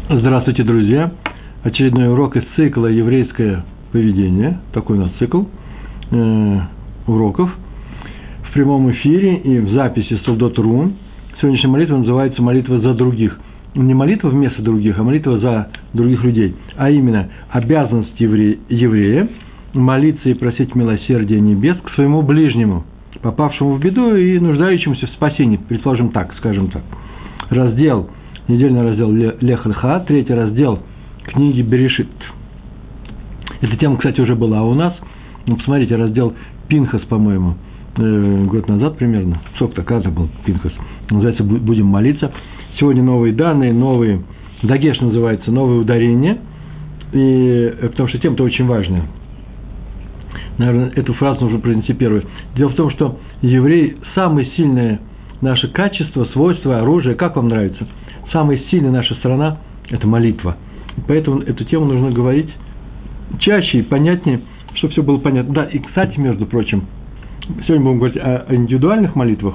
Здравствуйте, друзья! Очередной урок из цикла «Еврейское поведение». Такой у нас цикл уроков в прямом эфире и в записи Солдот.ру. Сегодняшняя молитва называется «Молитва за других». Не молитва вместо других, а молитва за других людей. А именно, обязанность еврея молиться и просить милосердия небес к своему ближнему, попавшему в беду и нуждающемуся в спасении. Предположим так, скажем так. Недельный раздел Лех Леха, третий раздел книги Берешит. Эта тема, кстати, уже была у нас. Посмотрите, раздел Пинхас, по-моему, год назад примерно. Сколько-то каза был Пинхас. Называется «Будем молиться». Сегодня новые данные, новые, дагеш называется, новые ударения. Потому что тема-то очень важная. Наверное, эту фразу нужно произнести первой. Дело в том, что еврей – самое сильное наше качество, свойство, оружие, как вам нравится – самая сильная наша сторона – это молитва. Поэтому эту тему нужно говорить чаще и понятнее, чтобы все было понятно. Да, и, кстати, между прочим, сегодня будем говорить о индивидуальных молитвах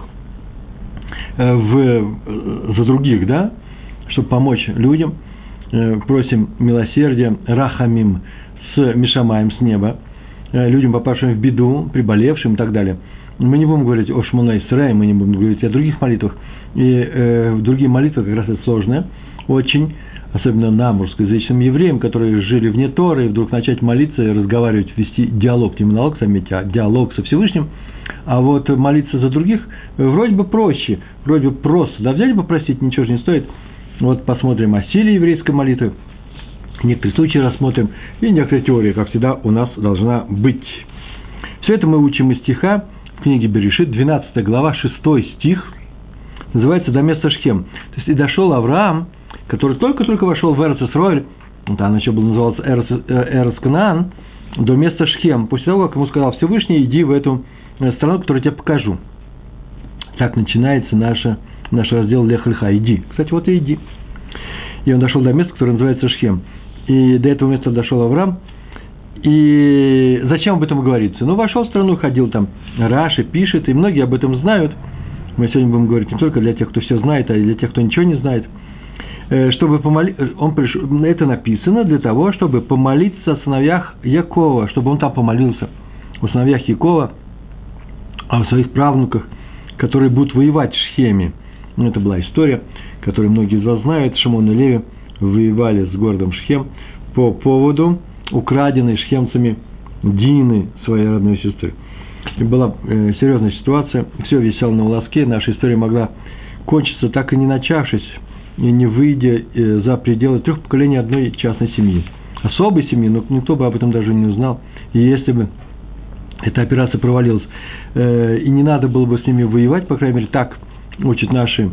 за других, да, чтобы помочь людям. Просим милосердия, рахамим, с мишамаем, с неба, людям, попавшим в беду, приболевшим и так далее. Мы не будем говорить о Шмона Исрае, мы не будем говорить о других молитвах. И другие молитвы как раз это сложное, очень, особенно нам, русскоязычным евреям, которые жили вне Торы, и вдруг начать молиться и разговаривать, вести диалог, не монолог, заметьте, а диалог со Всевышним. А вот молиться за других вроде бы проще, вроде бы просто. Да взять и попросить, ничего же не стоит. Вот посмотрим о силе еврейской молитвы, некоторые случаи рассмотрим, и некоторая теория, как всегда, у нас должна быть. Все это мы учим из стиха в книге Берешит, 12 глава, 6 стих, называется «До места Шхем». То есть, и дошел Авраам, который только-только вошел в Эрец Исроэль, там еще был назывался Эрец Канаан, до места Шхем, после того, как ему сказал Всевышний, иди в эту страну, которую я тебе покажу. Так начинается наш раздел Лех Леха, иди. Кстати, вот и иди. И он дошел до места, которое называется Шхем. И до этого места дошел Авраам. И зачем об этом говорится? Вошел в страну, ходил там, Раши пишет, и многие об этом знают. Мы сегодня будем говорить не только для тех, кто все знает, а и для тех, кто ничего не знает. Чтобы это написано для того, чтобы помолиться о сыновьях Якова, чтобы он там помолился о сыновьях Якова, о своих правнуках, которые будут воевать в Шхеме. Это была история, которую многие из вас знают. Шимон и Леви воевали с городом Шхем по поводу украденной шхемцами Дины, своей родной сестры. И была серьезная ситуация, все висело на волоске, наша история могла кончиться, так и не начавшись, и не выйдя за пределы 3 поколений одной частной семьи. Особой семьи, но никто бы об этом даже не узнал. И если бы эта операция провалилась, и не надо было бы с ними воевать, по крайней мере, так учат наши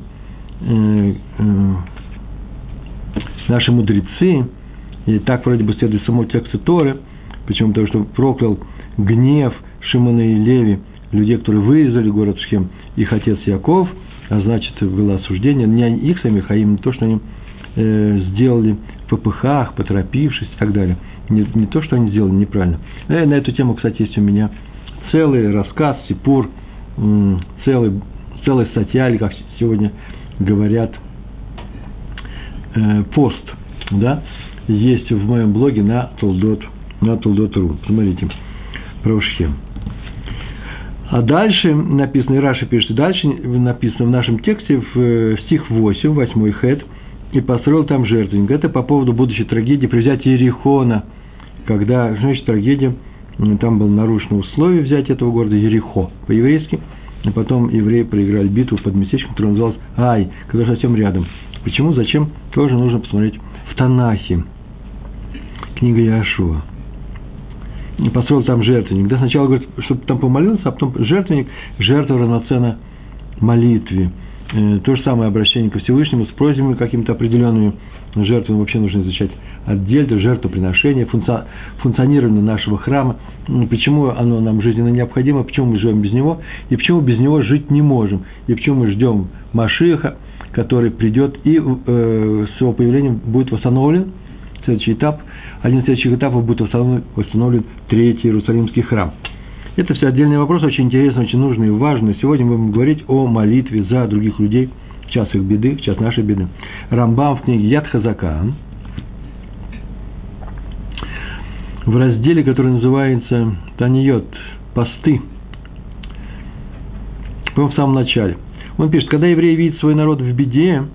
мудрецы, и так вроде бы следует самому тексту Торы, почему? Потому что проклял гнев Шимона и Леви, людей, которые вырезали город Шхем, их отец Яков, а значит, было осуждение, не их самих, а именно то, что они сделали в попыхах, поторопившись и так далее. Не то, что они сделали неправильно. На эту тему, кстати, есть у меня целый рассказ, сипур, целая статья, или как сегодня говорят, пост, да, есть в моем блоге на Толдот.ру. Посмотрите, про Шхем. А дальше написано, и Раши пишет, и дальше написано в нашем тексте, в стих 8 хэт, и построил там жертвенник. Это по поводу будущей трагедии при взятии Ерихона, когда, значит, трагедия, там было нарушено условие взятия этого города, Ерихо, по-еврейски, и потом евреи проиграли битву под местечком, которое называлось Ай, которое совсем рядом. Почему, зачем, тоже нужно посмотреть в Танахе, книга Иошуа. И построил там жертвенник. Да, сначала говорит, чтобы там помолился, а потом жертвенник, жертва равноценна молитве. То же самое обращение ко Всевышнему с просьбами какими-то определенными жертвами вообще нужно изучать отдельно, жертвоприношение, функционирование нашего храма, почему оно нам жизненно необходимо, почему мы живем без него, и почему без него жить не можем, и почему мы ждем Машиаха, который придет и с его появлением будет восстановлен следующий этап. Один из следующих этапов будет восстановлен Третий Иерусалимский храм. Это все отдельный вопрос, очень интересный, очень нужный и важный. Сегодня мы будем говорить о молитве за других людей в час их беды, в час нашей беды. Рамбам в книге Яд Хазака в разделе, который называется Таниот, посты, в самом начале. Он пишет, когда еврей видит свой народ в беде,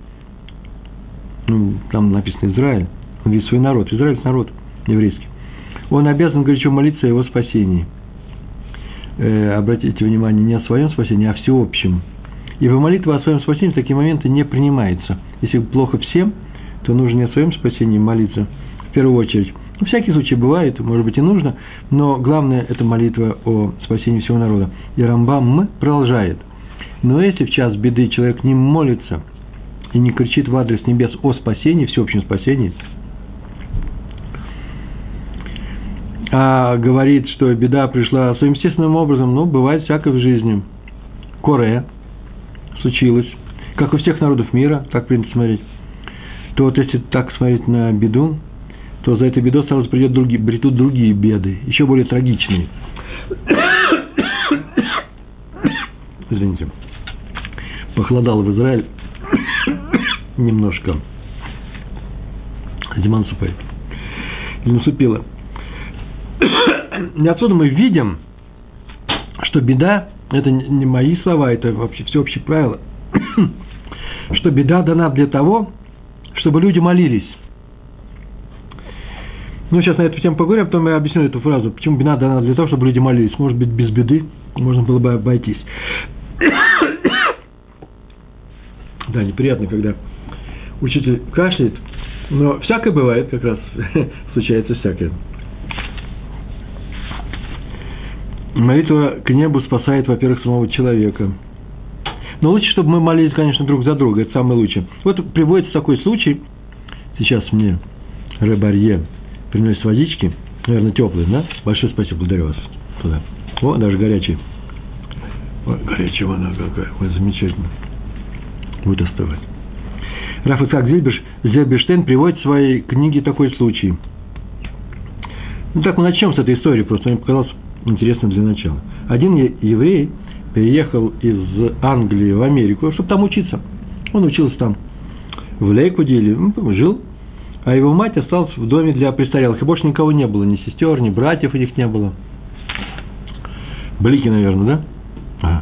там написано Израиль, он видит свой народ, Израиль – народ еврейский, он обязан горячо молиться о его спасении. Обратите внимание, не о своем спасении, а о всеобщем. Ибо молитва о своем спасении в такие моменты не принимается. Если плохо всем, то нужно не о своем спасении молиться в первую очередь. Всякий случай бывает, может быть и нужно, но главное – это молитва о спасении всего народа. И Рамбам продолжает. Но если в час беды человек не молится и не кричит в адрес небес о спасении, всеобщем спасении, а говорит, что беда пришла своим естественным образом, бывает всякое в жизни. Коре случилось, как у всех народов мира, так принято смотреть. То вот если так смотреть на беду, то за этой бедой сразу бредут другие беды, еще более трагичные. Извините. Похолодало в Израиле немножко. Зима наступает. Не наступила. И отсюда мы видим, что беда, это не мои слова, это вообще всеобщее правило, что беда дана для того, чтобы люди молились. Сейчас на эту тему поговорим, потом я объясню эту фразу, почему беда дана для того, чтобы люди молились. Может быть, без беды можно было бы обойтись. Да, неприятно, когда учитель кашляет, но всякое бывает, как раз случается всякое. Молитва к небу спасает, во-первых, самого человека. Но лучше, чтобы мы молились, конечно, друг за друга, это самое лучшее. Вот приводится такой случай, сейчас мне Реб Арье приносит водички, наверное, теплые, да? Большое спасибо, благодарю вас. Туда. О, даже горячий. Ой, горячая вода какая, ой, замечательно. Будет остывать. Раф Ицхак Зильберштейн приводит в своей книге такой случай. Так мы начнем с этой истории, просто мне показалось интересным для начала. Один еврей переехал из Англии в Америку, чтобы там учиться. Он учился там в Лейквуде или жил, а его мать осталась в доме для престарелых. И больше никого не было, ни сестер, ни братьев этих не было. Блики, наверное, да?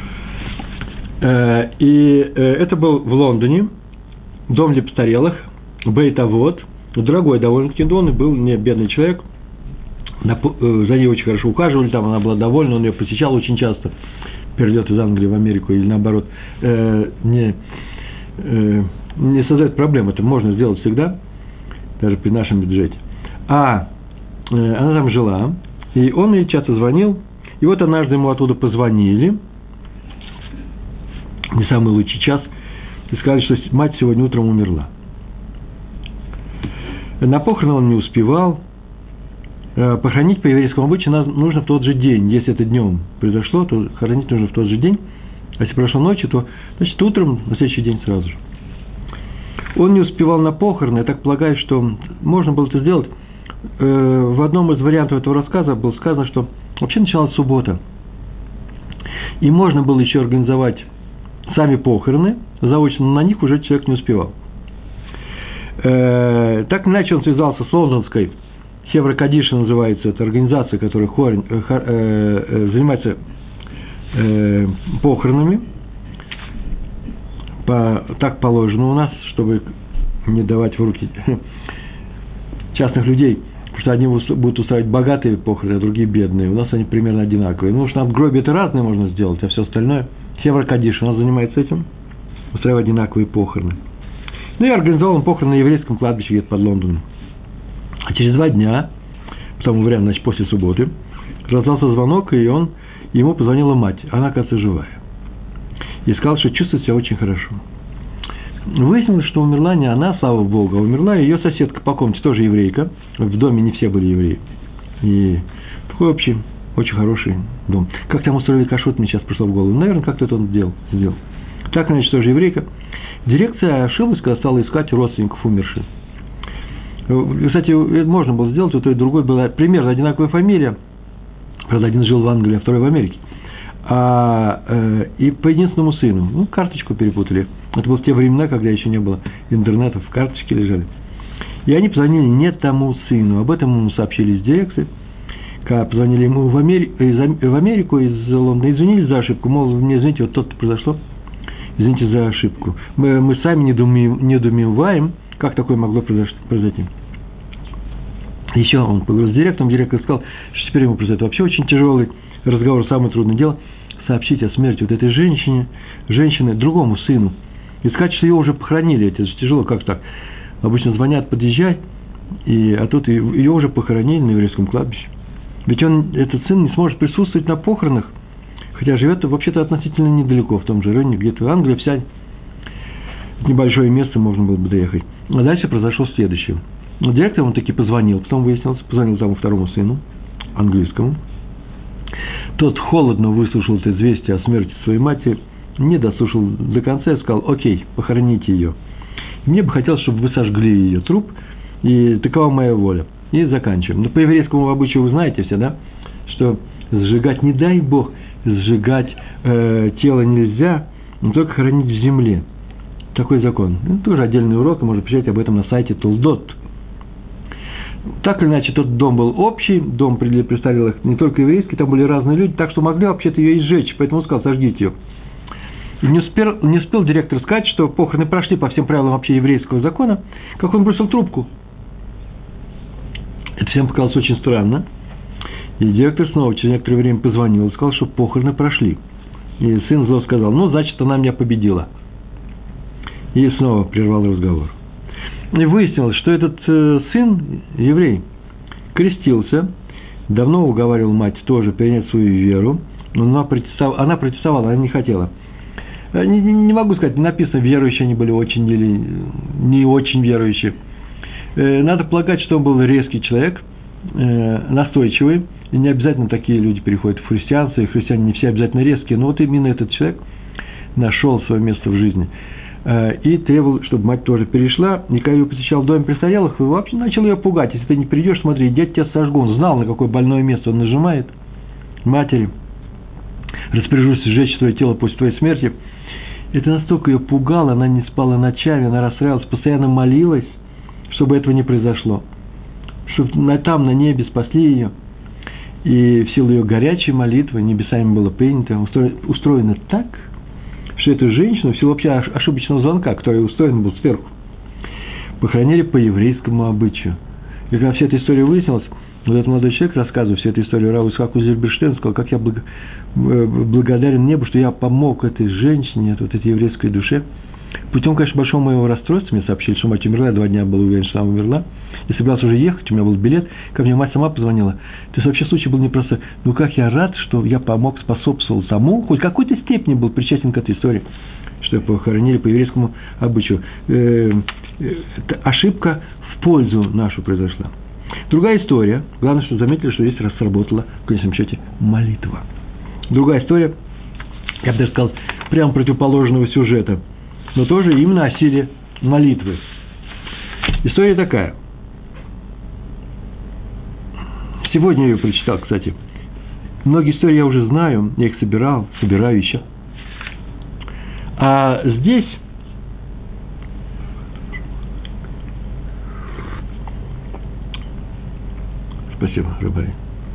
И это был в Лондоне дом для престарелых, Бейт-Авот, дорогой довольно-таки дом, и был не бедный человек. За ней очень хорошо ухаживали, там она была довольна, он ее посещал очень часто. Перелет из Англии в Америку или наоборот не создает проблем, это можно сделать всегда, даже при нашем бюджете. Она там жила, и он ей часто звонил, и вот однажды ему оттуда позвонили, не самый лучший час, и сказали, что мать сегодня утром умерла. На похороны он не успевал. Похоронить по еврейскому обычаю нужно в тот же день. Если это днем произошло, то хоронить нужно в тот же день. А если прошло ночью, то, значит, утром, на следующий день сразу же. Он не успевал на похороны. Я так полагаю, что можно было это сделать. В одном из вариантов этого рассказа было сказано, что вообще начиналась суббота. И можно было еще организовать сами похороны заочно, но на них уже человек не успевал. Так или иначе он связался с лондонской Хевра Кадиша, называется эта организация, которая занимается похоронами. Так положено у нас, чтобы не давать в руки частных людей, потому что одни будут устраивать богатые похороны, а другие бедные. У нас они примерно одинаковые. Ну, что надгробие это разное можно сделать, а все остальное. Хевра Кадиш у нас занимается этим, устраивая одинаковые похороны. Ну, и организовал он похороны на еврейском кладбище где-то под Лондоном. А через 2 дня, по тому варианту, значит, после субботы, раздался звонок, и ему позвонила мать. Она, оказывается, живая. И сказала, что чувствует себя очень хорошо. Выяснилось, что умерла не она, слава Богу, а умерла ее соседка по комнате, тоже еврейка. В доме не все были евреи. И такой общий, очень хороший дом. Как там устроили кашрут, мне сейчас пришло в голову. Наверное, как-то это он сделал. Так, значит, тоже еврейка. Дирекция ошиблась, когда стала искать родственников умерших. Кстати, можно было сделать, у той и другой была примерно одинаковая фамилия. Правда, один жил в Англии, а второй в Америке. И по единственному сыну. Карточку перепутали. Это было в те времена, когда еще не было интернета, в карточке лежали. И они позвонили не тому сыну. Об этом ему сообщили из дирекции. Когда позвонили ему в Америку из Лондона, извинились за ошибку. Мол, мне, извините, вот то-то произошло. Извините за ошибку. Мы сами недоумеваем, как такое могло произойти. Еще он поговорил с директором. Директор сказал, что теперь ему произойдет вообще очень тяжелый разговор, самое трудное дело сообщить о смерти вот этой женщины другому сыну. И сказать, что ее уже похоронили. Это же тяжело, как так? Обычно звонят, подъезжай, а тут ее уже похоронили на еврейском кладбище. Ведь этот сын не сможет присутствовать на похоронах, хотя живет вообще-то относительно недалеко, в том же районе, где-то в Англии, вся небольшое место можно было бы доехать. А дальше произошло следующее. Директор он таки позвонил, потом выяснилось, позвонил тому второму сыну, английскому. Тот холодно выслушал это известие о смерти своей матери, не дослушал до конца и сказал: окей, похороните ее. Мне бы хотелось, чтобы вы сожгли ее труп, и такова моя воля. И заканчиваем. Но по еврейскому обычаю вы знаете все, да, что сжигать, не дай Бог, сжигать тело нельзя, но только хоронить в земле. Такой закон. Это тоже отдельный урок, и можно почитать об этом на сайте Толдот. Так или иначе, тот дом был общий, дом для престарелых не только еврейский, там были разные люди, так что могли вообще-то ее и сжечь, поэтому он сказал: сожгите ее. И не успел директор сказать, что похороны прошли по всем правилам вообще еврейского закона, как он бросил трубку. Это всем показалось очень странно. И директор снова через некоторое время позвонил и сказал, что похороны прошли. И сын зло сказал: ну, значит, она меня победила. И снова прервал разговор. И выяснилось, что этот сын, еврей, крестился, давно уговаривал мать тоже принять свою веру, но она протестовала, она не хотела. Не могу сказать, не написано, верующие они были очень или не очень верующие. Надо полагать, что он был резкий человек, настойчивый, и не обязательно такие люди переходят в христианство, и христиане не все обязательно резкие, но вот именно этот человек нашел свое место в жизни и требовал, чтобы мать тоже перешла. И когда ее посещал в доме престарелых, вообще начал ее пугать: если ты не придешь, смотри, я тебя сожгу. Он знал, на какое больное место он нажимает. Матери: распоряжусь сжечь твое тело после твоей смерти. Это настолько ее пугало, она не спала ночами, она расстраивалась, постоянно молилась, чтобы этого не произошло, чтобы там, на небе, спасли ее. И в силу ее горячей молитвы небесами было принято, устроено так, что эту женщину, в силу вообще ошибочного звонка, который устроен был сверху, похоронили по еврейскому обычаю. И когда вся эта история выяснилась, вот этот молодой человек, рассказывая всю эту историю Раву Ицхаку Зильберштейну, сказал: как я благодарен небу, что я помог этой женщине, вот этой еврейской душе. Путем, конечно, большого моего расстройства, мне сообщили, что мать умерла, я 2 дня был уверен, что она умерла. Я собирался уже ехать, у меня был билет, ко мне мать сама позвонила. То есть, вообще, случай был непростой. Ну, как я рад, что я помог, способствовал тому, хоть в какой-то степени был причастен к этой истории, что похоронили по еврейскому обычаю. Ошибка в пользу нашу произошла. Другая история. Главное, что заметили, что здесь сработала, в конечном счете, молитва. Другая история, я бы даже сказал, прямо противоположного сюжета, но тоже именно о силе молитвы. История такая. Сегодня я ее прочитал, кстати. Многие истории я уже знаю, я их собираю еще. А здесь спасибо, Рыбарь.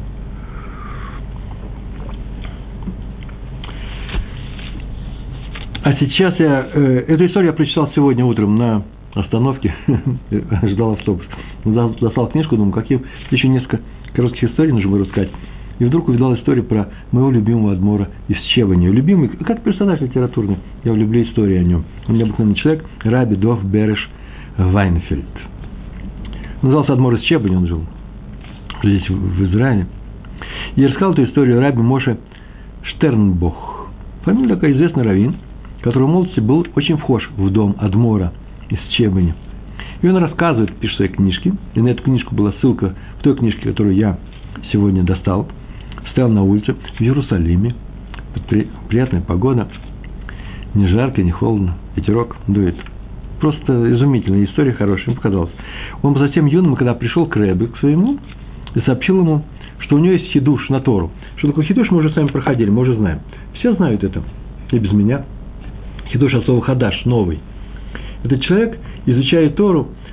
А сейчас эту историю я прочитал сегодня утром на остановке, ждал автобус. Достал книжку, думаю, какие еще несколько коротких историй нужно было рассказать. И вдруг увидел историю про моего любимого адмора из Чебани. Любимый, как персонаж литературный, я люблю истории о нем. Он необыкновенный человек, Раби Дов Береш Вайнфельд. Назывался адмор из Чебани, он жил здесь, в Израиле. И рассказал эту историю Раби Моше Штернбох. Фамилия такая, известный раввин, который в молодости был очень вхож в дом адмора из Чебани. И он рассказывает, пишет в своей книжке, и на эту книжку была ссылка в той книжке, которую я сегодня достал, стоял на улице в Иерусалиме, приятная погода, не жарко, не холодно, ветерок дует. Просто изумительная история, хорошая, мне показалось. Он был совсем юным, когда пришел к Ребе, к своему, и сообщил ему, что у него есть хидуш на Тору. Что такое хидуш, мы уже с вами проходили, мы уже знаем. Все знают это, и без меня. Хидуш от слова хадаш, новый. Этот человек, изучая Тору,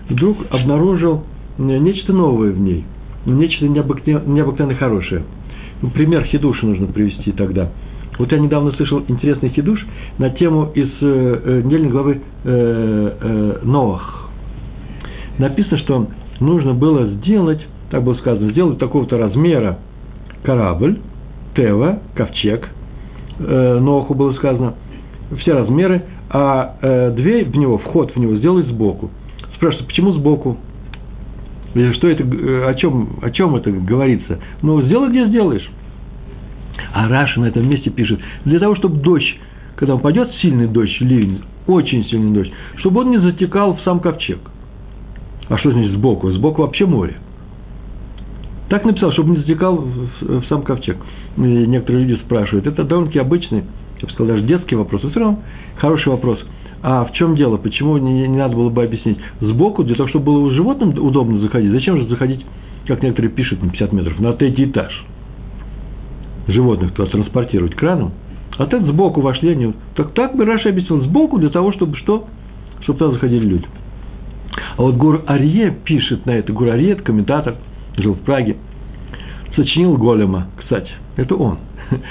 вдруг обнаружил нечто новое в ней, нечто необыкновенно хорошее. Пример хидуша нужно привести тогда. Вот я недавно слышал интересный хидуш на тему из недельной главы Ноах. Написано, что нужно было сделать, так было сказано, сделать такого-то размера корабль, Тева, ковчег, Ноаху было сказано, все размеры, а дверь в него, вход в него сделать сбоку. Спрашивают, почему сбоку? Что это, о чем это говорится? Ну, сделай, где сделаешь. А Раши на этом месте пишет, для того, чтобы дождь, когда упадет сильный дождь, ливень, очень сильный дождь, чтобы он не затекал в сам ковчег. А что значит сбоку? Сбоку вообще море. Так написал, чтобы не затекал в сам ковчег. И некоторые люди спрашивают, это довольно-таки обычный, я бы сказал, даже детский вопрос, но все равно хороший вопрос. А в чем дело? Почему не надо было бы объяснить? Сбоку, для того, чтобы было животным удобно заходить. Зачем же заходить, как некоторые пишут, на 50 метров, на третий этаж? Животных туда транспортировать краном. А так сбоку вошли они. Так бы Раши объяснил. Сбоку для того, чтобы что? Чтобы туда заходили люди. А вот Гур Арье пишет на это. Гур Арье, это комментатор, жил в Праге. Сочинил Голема, кстати. Это он.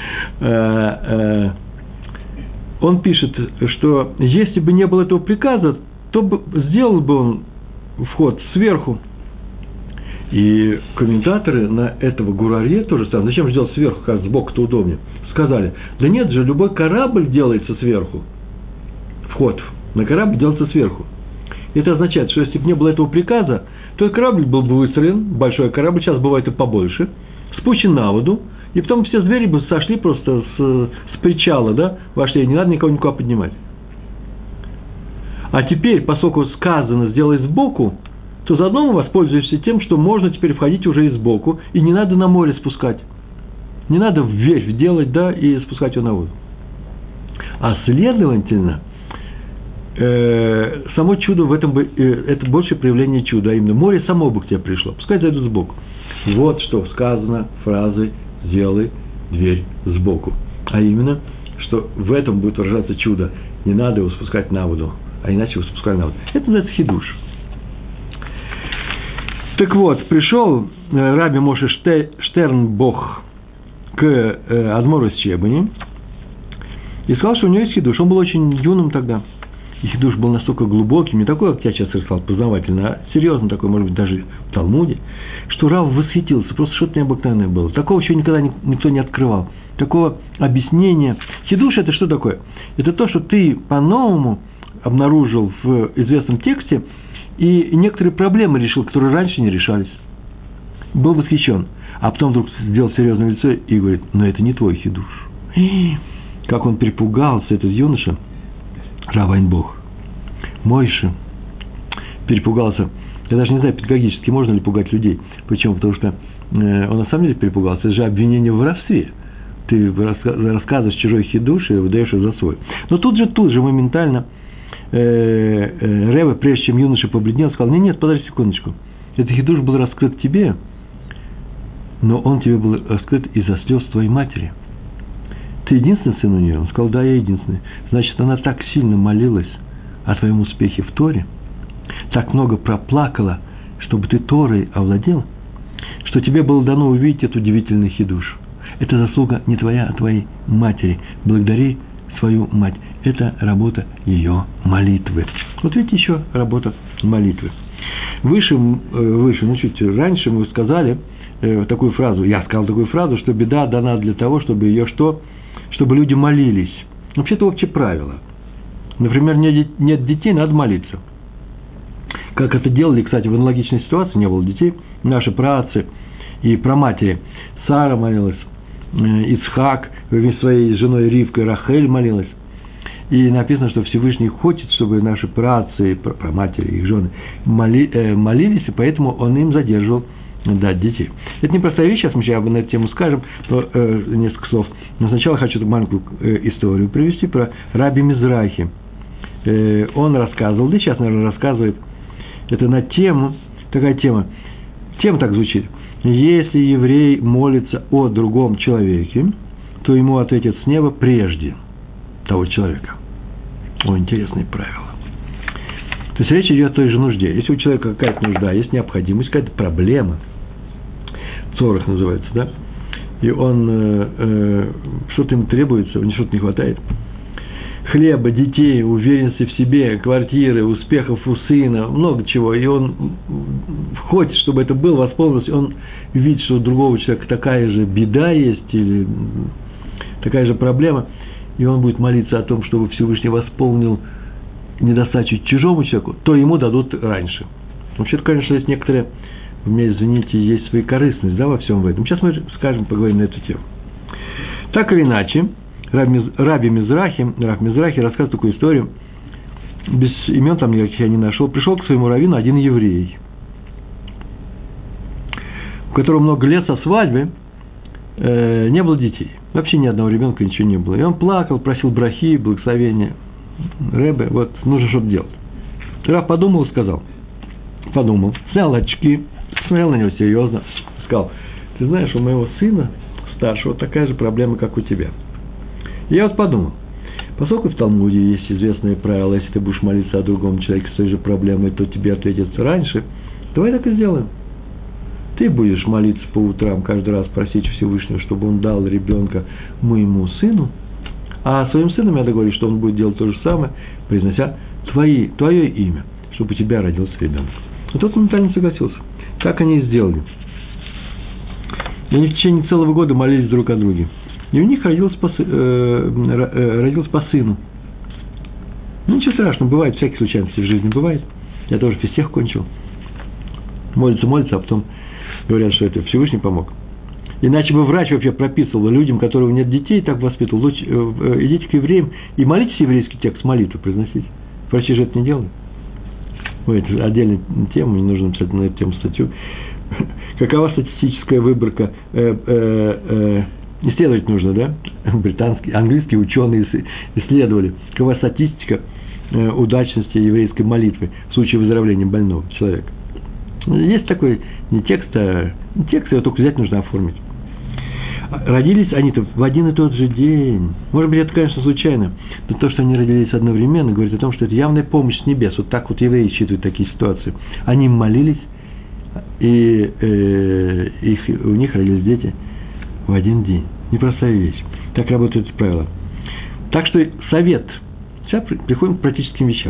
Он пишет, что если бы не было этого приказа, то сделал бы он вход сверху. И комментаторы на этого Гур Арье тоже сказали, зачем же делать сверху, как сбоку-то удобнее. Сказали, да нет же, любой корабль делается сверху. Вход на корабль делается сверху. Это означает, что если бы не было этого приказа, то корабль был бы выстроен, большой корабль, сейчас бывает и побольше, спущен на воду, и потом все звери бы сошли просто с причала, да, вошли, и не надо никого никуда поднимать. А теперь, поскольку сказано «сделай сбоку», то заодно мы воспользуемся тем, что можно теперь входить уже и сбоку, и не надо на море спускать. Не надо вверх делать, да, и спускать его на воду. А следовательно, само чудо в этом бы, это больше проявление чуда, а именно море само бы к тебе пришло, пускай зайдут сбоку. Вот что сказано фразой «сделай дверь сбоку». А именно, что в этом будет выражаться чудо. Не надо его спускать на воду, а иначе его спускали на воду. Это называется хидуш. Так вот, пришел Раби Моше Штернбох к Адмору из Чебани и сказал, что у него есть хидуш. Он был очень юным тогда. И хидуш был настолько глубоким, не такой, как я сейчас рассказал, познавательно, а серьезно такой, может быть, даже в Талмуде, что Рав восхитился, просто что-то необыкновенное было. Такого еще никогда никто не открывал. Такого объяснения. Хидуш – это что такое? Это то, что ты по-новому обнаружил в известном тексте, и некоторые проблемы решил, которые раньше не решались. Был восхищен. А потом вдруг сделал серьезное лицо и говорит, но это не твой хидуш. И как он перепугался, этот юноша, Рав Айнбох, Мойше, перепугался. Я даже не знаю, педагогически можно ли пугать людей. Почему? Потому что он на самом деле перепугался. Это же обвинение в воровстве. Ты рассказываешь чужой хидуш и выдаешь его за свой. Но тут же моментально Ребе, прежде чем юноша побледнел, сказал, нет, подожди секундочку. Этот хидуш был раскрыт тебе, но он тебе был раскрыт из-за слез твоей матери. Ты единственный сын у нее? Он сказал, да, я единственный. Значит, она так сильно молилась о твоем успехе в Торе, так много проплакала, чтобы ты Торой овладел, что тебе было дано увидеть этот удивительный хидуш. Это заслуга не твоя, а твоей матери. Благодари свою мать. Это работа ее молитвы. Вот видите, еще работа молитвы. Выше, чуть раньше мы сказали такую фразу, я сказал такую фразу, что беда дана для того, чтобы ее что? Чтобы люди молились. Вообще-то общее правило. Например, нет детей, надо молиться. Как это делали, кстати, в аналогичной ситуации, не было детей, наши праотцы и праматери. Сара молилась, Ицхак своей женой Ривкой Рахель молилась. И написано, что Всевышний хочет, чтобы наши праотцы, праматери, их жены молились, и поэтому он им задерживал дать детей. Это непростая вещь, сейчас мы на эту тему скажем, несколько слов. Но сначала хочу маленькую историю привести про Раби Мизрахи. Он рассказывал, да сейчас, наверное, рассказывает, это на тему, такая тема. Тема так звучит. Если еврей молится о другом человеке, то ему ответят с неба прежде того человека. О, интересные правила. То есть речь идет о той же нужде. Если у человека какая-то нужда, есть необходимость, какая-то проблема, цорах называется, да, и он, что-то ему требуется, у него что-то не хватает, хлеба, детей, уверенности в себе, квартиры, успехов у сына, много чего, и он хочет, чтобы это было, восполнилось, он видит, что у другого человека такая же беда есть, или такая же проблема, и он будет молиться о том, чтобы Всевышний восполнил недостачу чужому человеку, то ему дадут раньше. Вообще-то, конечно, есть некоторые, у меня, извините, есть свои корыстность, да, во всем в этом. Сейчас мы скажем, поговорим на эту тему. Так или иначе, Рав Мизрахи рассказывает такую историю, без имен там никаких я не нашел. Пришел к своему раввину один еврей, у которого много лет со свадьбы не было детей. Вообще ни одного ребенка, ничего не было. И он плакал, просил брахи, благословения. Ребе, вот, нужно что-то делать. Рав подумал и сказал. Подумал, снял очки, смотрел на него серьезно, сказал: ты знаешь, у моего сына старшего такая же проблема, как у тебя. И я вот подумал, поскольку в Талмуде есть известное правило, если ты будешь молиться о другом человеке с той же проблемой, то тебе ответится раньше, давай так и сделаем. Ты будешь молиться по утрам, каждый раз просить Всевышнего, чтобы он дал ребенка моему сыну, а своим сыном я договорюсь, что он будет делать то же самое, произнося твое имя, чтобы у тебя родился ребенок. И тот моментально согласился. Как они сделали? Они в течение целого года молились друг о друге. И у них родился по сыну. Ну, ничего страшного, бывает, всякие случайности в жизни бывает. Я тоже физтех кончил. Молятся, а потом говорят, что это Всевышний помог. Иначе бы врач вообще прописывал людям, у которых нет детей, так воспитывал: лучше идите к евреям и молитесь еврейский текст, молитву произносите. Врачи же это не делают. Ой, это отдельная тема, мне нужно написать на эту тему статью. Какова статистическая выборка? Исследовать нужно, да? Английские ученые исследовали. Какова статистика удачности еврейской молитвы в случае выздоровления больного человека? Есть такой не текст, а текст, его только взять нужно оформить. Родились они-то в один и тот же день. Может быть, это, конечно, случайно. Но то, что они родились одновременно, говорит о том, что это явная помощь с небес. Вот так вот евреи считывают такие ситуации. Они молились, и у них родились дети в один день. Непростая вещь. Так работают правила. Так что совет. Сейчас приходим к практическим вещам.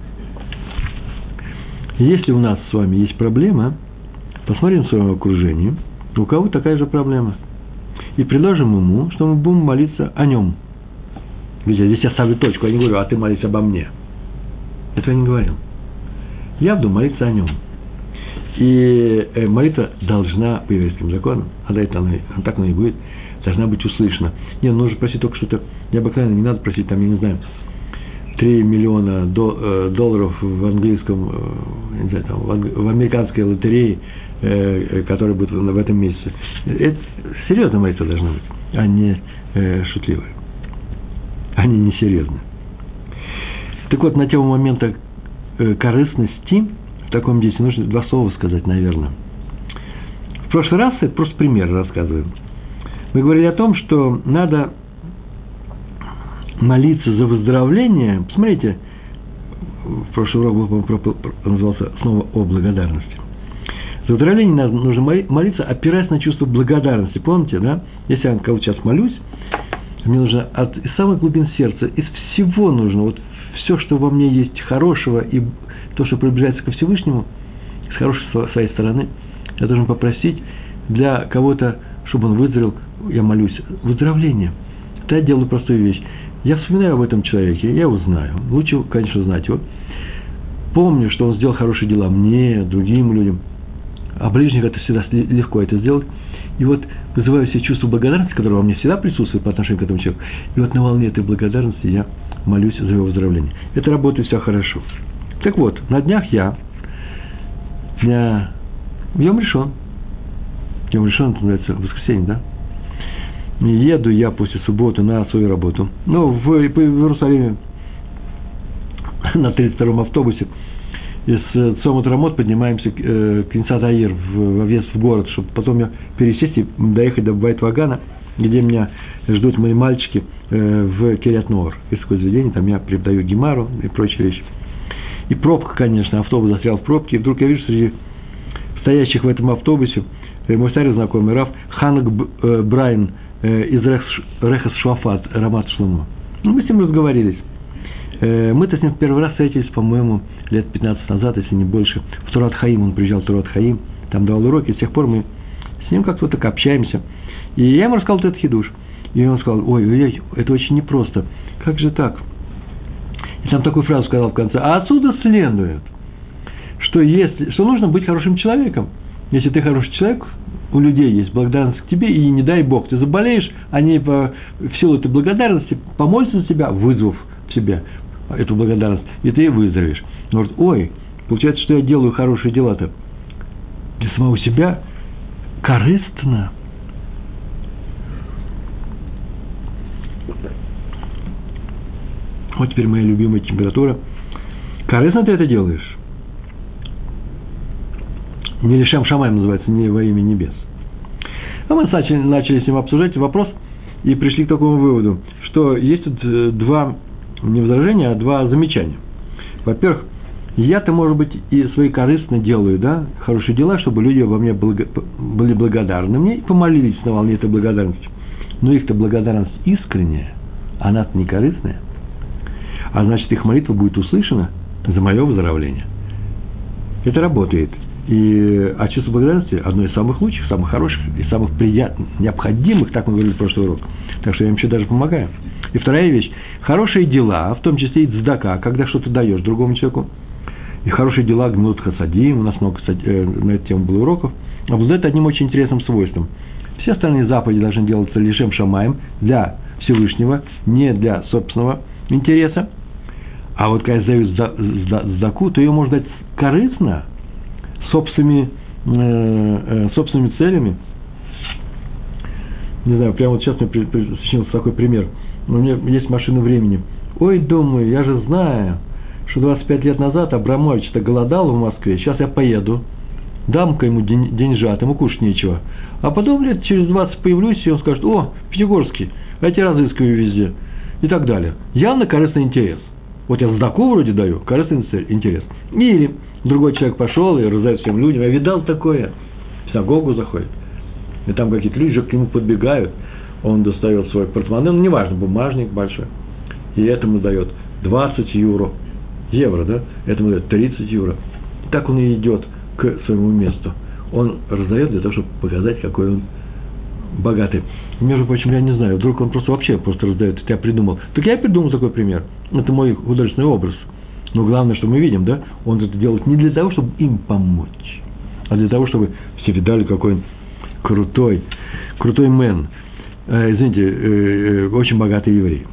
Если у нас с вами есть проблема, посмотрим в своем окружении, у кого такая же проблема. И предложим ему, что мы будем молиться о нем. Видите, здесь я ставлю точку, я не говорю: а ты молись обо мне. Это я не говорил. Я буду молиться о нем. И молитва должна, по еврейским законам, а так она и будет, должна быть услышана. Не, нужно просить только что-то необыкновенное, не надо просить, там, я не знаю, 3 миллиона долларов в английском, не знаю, там, в американской лотерее, которая будет в этом месяце. Это серьезная молитва должна быть, а не шутливая. Они несерьезные. Так вот, на тему момента корыстности в таком действии нужно два слова сказать, наверное. В прошлый раз, это просто пример рассказываю, мы говорили о том, что надо молиться за выздоровление. Посмотрите, в прошлый урок назывался снова о благодарности. За выздоровление нужно молиться, опираясь на чувство благодарности. Помните, да? Если я кого-то сейчас молюсь, мне нужно из самых глубин сердца, из всего нужно, вот все, что во мне есть хорошего, и то, что приближается ко Всевышнему, с хорошей своей стороны, я должен попросить для кого-то, чтобы он выздоровел, я молюсь, выздоровление. Это я делаю простую вещь. Я вспоминаю об этом человеке, я его знаю. Лучше, конечно, знать его. Помню, что он сделал хорошие дела мне, другим людям. А ближних это всегда легко это сделать. И вот вызываю себе чувство благодарности, которое во мне всегда присутствует по отношению к этому человеку. И вот на волне этой благодарности я молюсь за его выздоровление. Это работает все хорошо. Так вот, на днях Йом Ришон, это называется воскресенье, да? Еду я после субботы на свою работу. Ну, в Иерусалиме на 32-м автобусе из Цомот Рамот поднимаемся к Кнесат-Аир во въезд в город, чтобы потом пересесть и доехать до Байт-Вагана, где меня ждут мои мальчики в Кирьят-Ноор. Есть такое заведение, там я преподаю гемару и прочие вещи. И пробка, конечно, автобус застрял в пробке, и вдруг я вижу среди стоящих в этом автобусе мой старый знакомый Рав Ханок Брайан из Рехас Шуафат, Рамат Шломо. Мы с ним разговорились. Мы-то с ним в первый раз встретились, по-моему, лет 15 назад, если не больше. В Турат Хаим он приезжал в Турат Хаим, там давал уроки, и с тех пор мы с ним как-то так общаемся. И я ему рассказал этот хидуш. И он сказал: ой, это очень непросто. Как же так? И там такую фразу сказал в конце: а отсюда следует, что нужно быть хорошим человеком. Если ты хороший человек, у людей есть благодарность к тебе, и не дай Бог, ты заболеешь, они в силу этой благодарности помолятся за тебя, вызвав в себе эту благодарность, и ты выздоровеешь. Он говорит: ой, получается, что я делаю хорошие дела-то для самого себя корыстно. Вот теперь моя любимая температура. Корыстно ты это делаешь? Не лишам шамаем называется, не во имя небес. А мы начали с ним обсуждать вопрос и пришли к такому выводу, что есть тут два, не возражения, а два замечания. Во-первых, я-то, может быть, и свои корыстно делаю, да, хорошие дела, чтобы люди обо мне были благодарны мне и помолились на волне этой благодарности. Но их-то благодарность искренняя, она-то не корыстная. А значит, их молитва будет услышана за мое выздоровление. Это работает. А чувство благодарности – одно из самых лучших, самых хороших и самых приятных, необходимых, так мы говорили в прошлый урок. Так что я им еще даже помогаю. И вторая вещь – хорошие дела, в том числе и цдака, когда что-то даешь другому человеку. И хорошие дела гмилут хасадим, у нас много, кстати, на эту тему было уроков, обладают одним очень интересным свойством. Все остальные заповеди должны делаться лишем шамаем, для Всевышнего, не для собственного интереса. А вот когда сдают цдаку, то ее можно дать корыстно, собственными целями. Не знаю, прямо вот сейчас мне сочинился такой пример. У меня есть машина времени. Ой, думаю, я же знаю, что 25 лет назад Абрамович-то голодал в Москве, сейчас я поеду, дам-ка ему деньжат, ему кушать нечего. А потом лет через 20 появлюсь, и он скажет: о, Пятигорский, я тебя разыскиваю везде. И так далее. Явно корыстный интерес. Вот я цдаку вроде даю, корыстный интерес. Или другой человек пошел и раздает всем людям. Я видал такое. В синагогу заходит. И там какие-то люди же к нему подбегают. Он достает свой портмоне, ну, неважно, бумажник большой. И этому дает 20 евро, да? Этому дает 30 евро. И так он и идет к своему месту. Он раздает для того, чтобы показать, какой он богатый. Между прочим, я не знаю, вдруг он просто раздает, это я придумал. Так я придумал такой пример. Это мой художественный образ. Но главное, что мы видим, да, он это делает не для того, чтобы им помочь, а для того, чтобы все видали, какой он крутой мэн. Очень богатый еврей.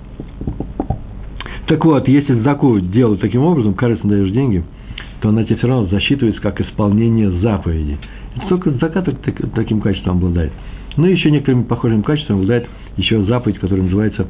Так вот, если цдаку делать таким образом, корыстно даешь деньги, то она тебе все равно засчитывается как исполнение заповеди. И только цдака таким качеством обладает. Ну и еще некоторыми похожими качествами обладает еще заповедь, которая называется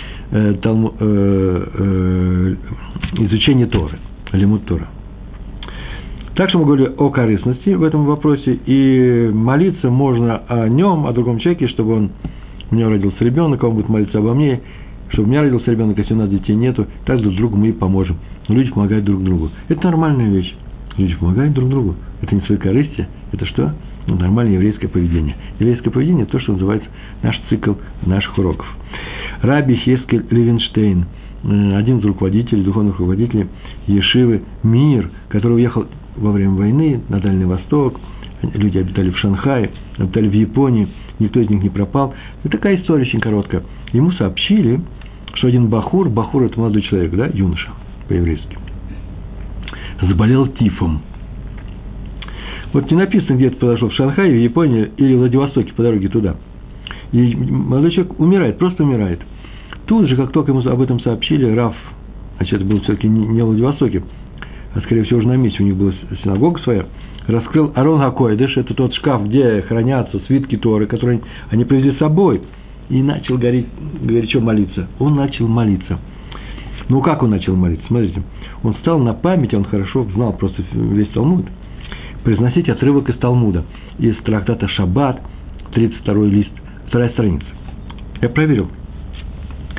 изучение Торы, лимуд Тора. Так что мы говорили о корыстности в этом вопросе, и молиться можно о нем, о другом человеке, чтобы у него родился ребенок, он будет молиться обо мне, чтобы у меня родился ребенок, если у нас детей нету, так друг другу мы и поможем. Люди помогают друг другу. Это нормальная вещь. Люди помогают друг другу. Это не свои корысти, это что? Нормальное еврейское поведение. Еврейское поведение – то, что называется наш цикл наших уроков. Раби Хескель Левинштейн, один из руководителей, духовных руководителей Ешивы Мир, который уехал во время войны на Дальний Восток. Люди обитали в Шанхае, обитали в Японии, никто из них не пропал. Это такая история очень короткая. Ему сообщили, что один бахур – это молодой человек, да, юноша по-еврейски, заболел тифом. Вот не написано, где это произошло, в Шанхае, в Японии или в Владивостоке по дороге туда. И молодой человек умирает, просто умирает. Тут же, как только ему об этом сообщили, Рав, значит, это было все-таки не в Владивостоке, а, скорее всего, уже на месте, у них была синагога своя, раскрыл Арон ха-Койдеш, это тот шкаф, где хранятся свитки Торы, которые они привезли с собой, и начал горячо молиться. Он начал молиться. Ну, как он начал молиться? Смотрите, он встал на память, он хорошо знал просто весь Талмуд, произносить отрывок из Талмуда, из трактата Шаббат, 32-й лист, 2-я страница. Я проверил.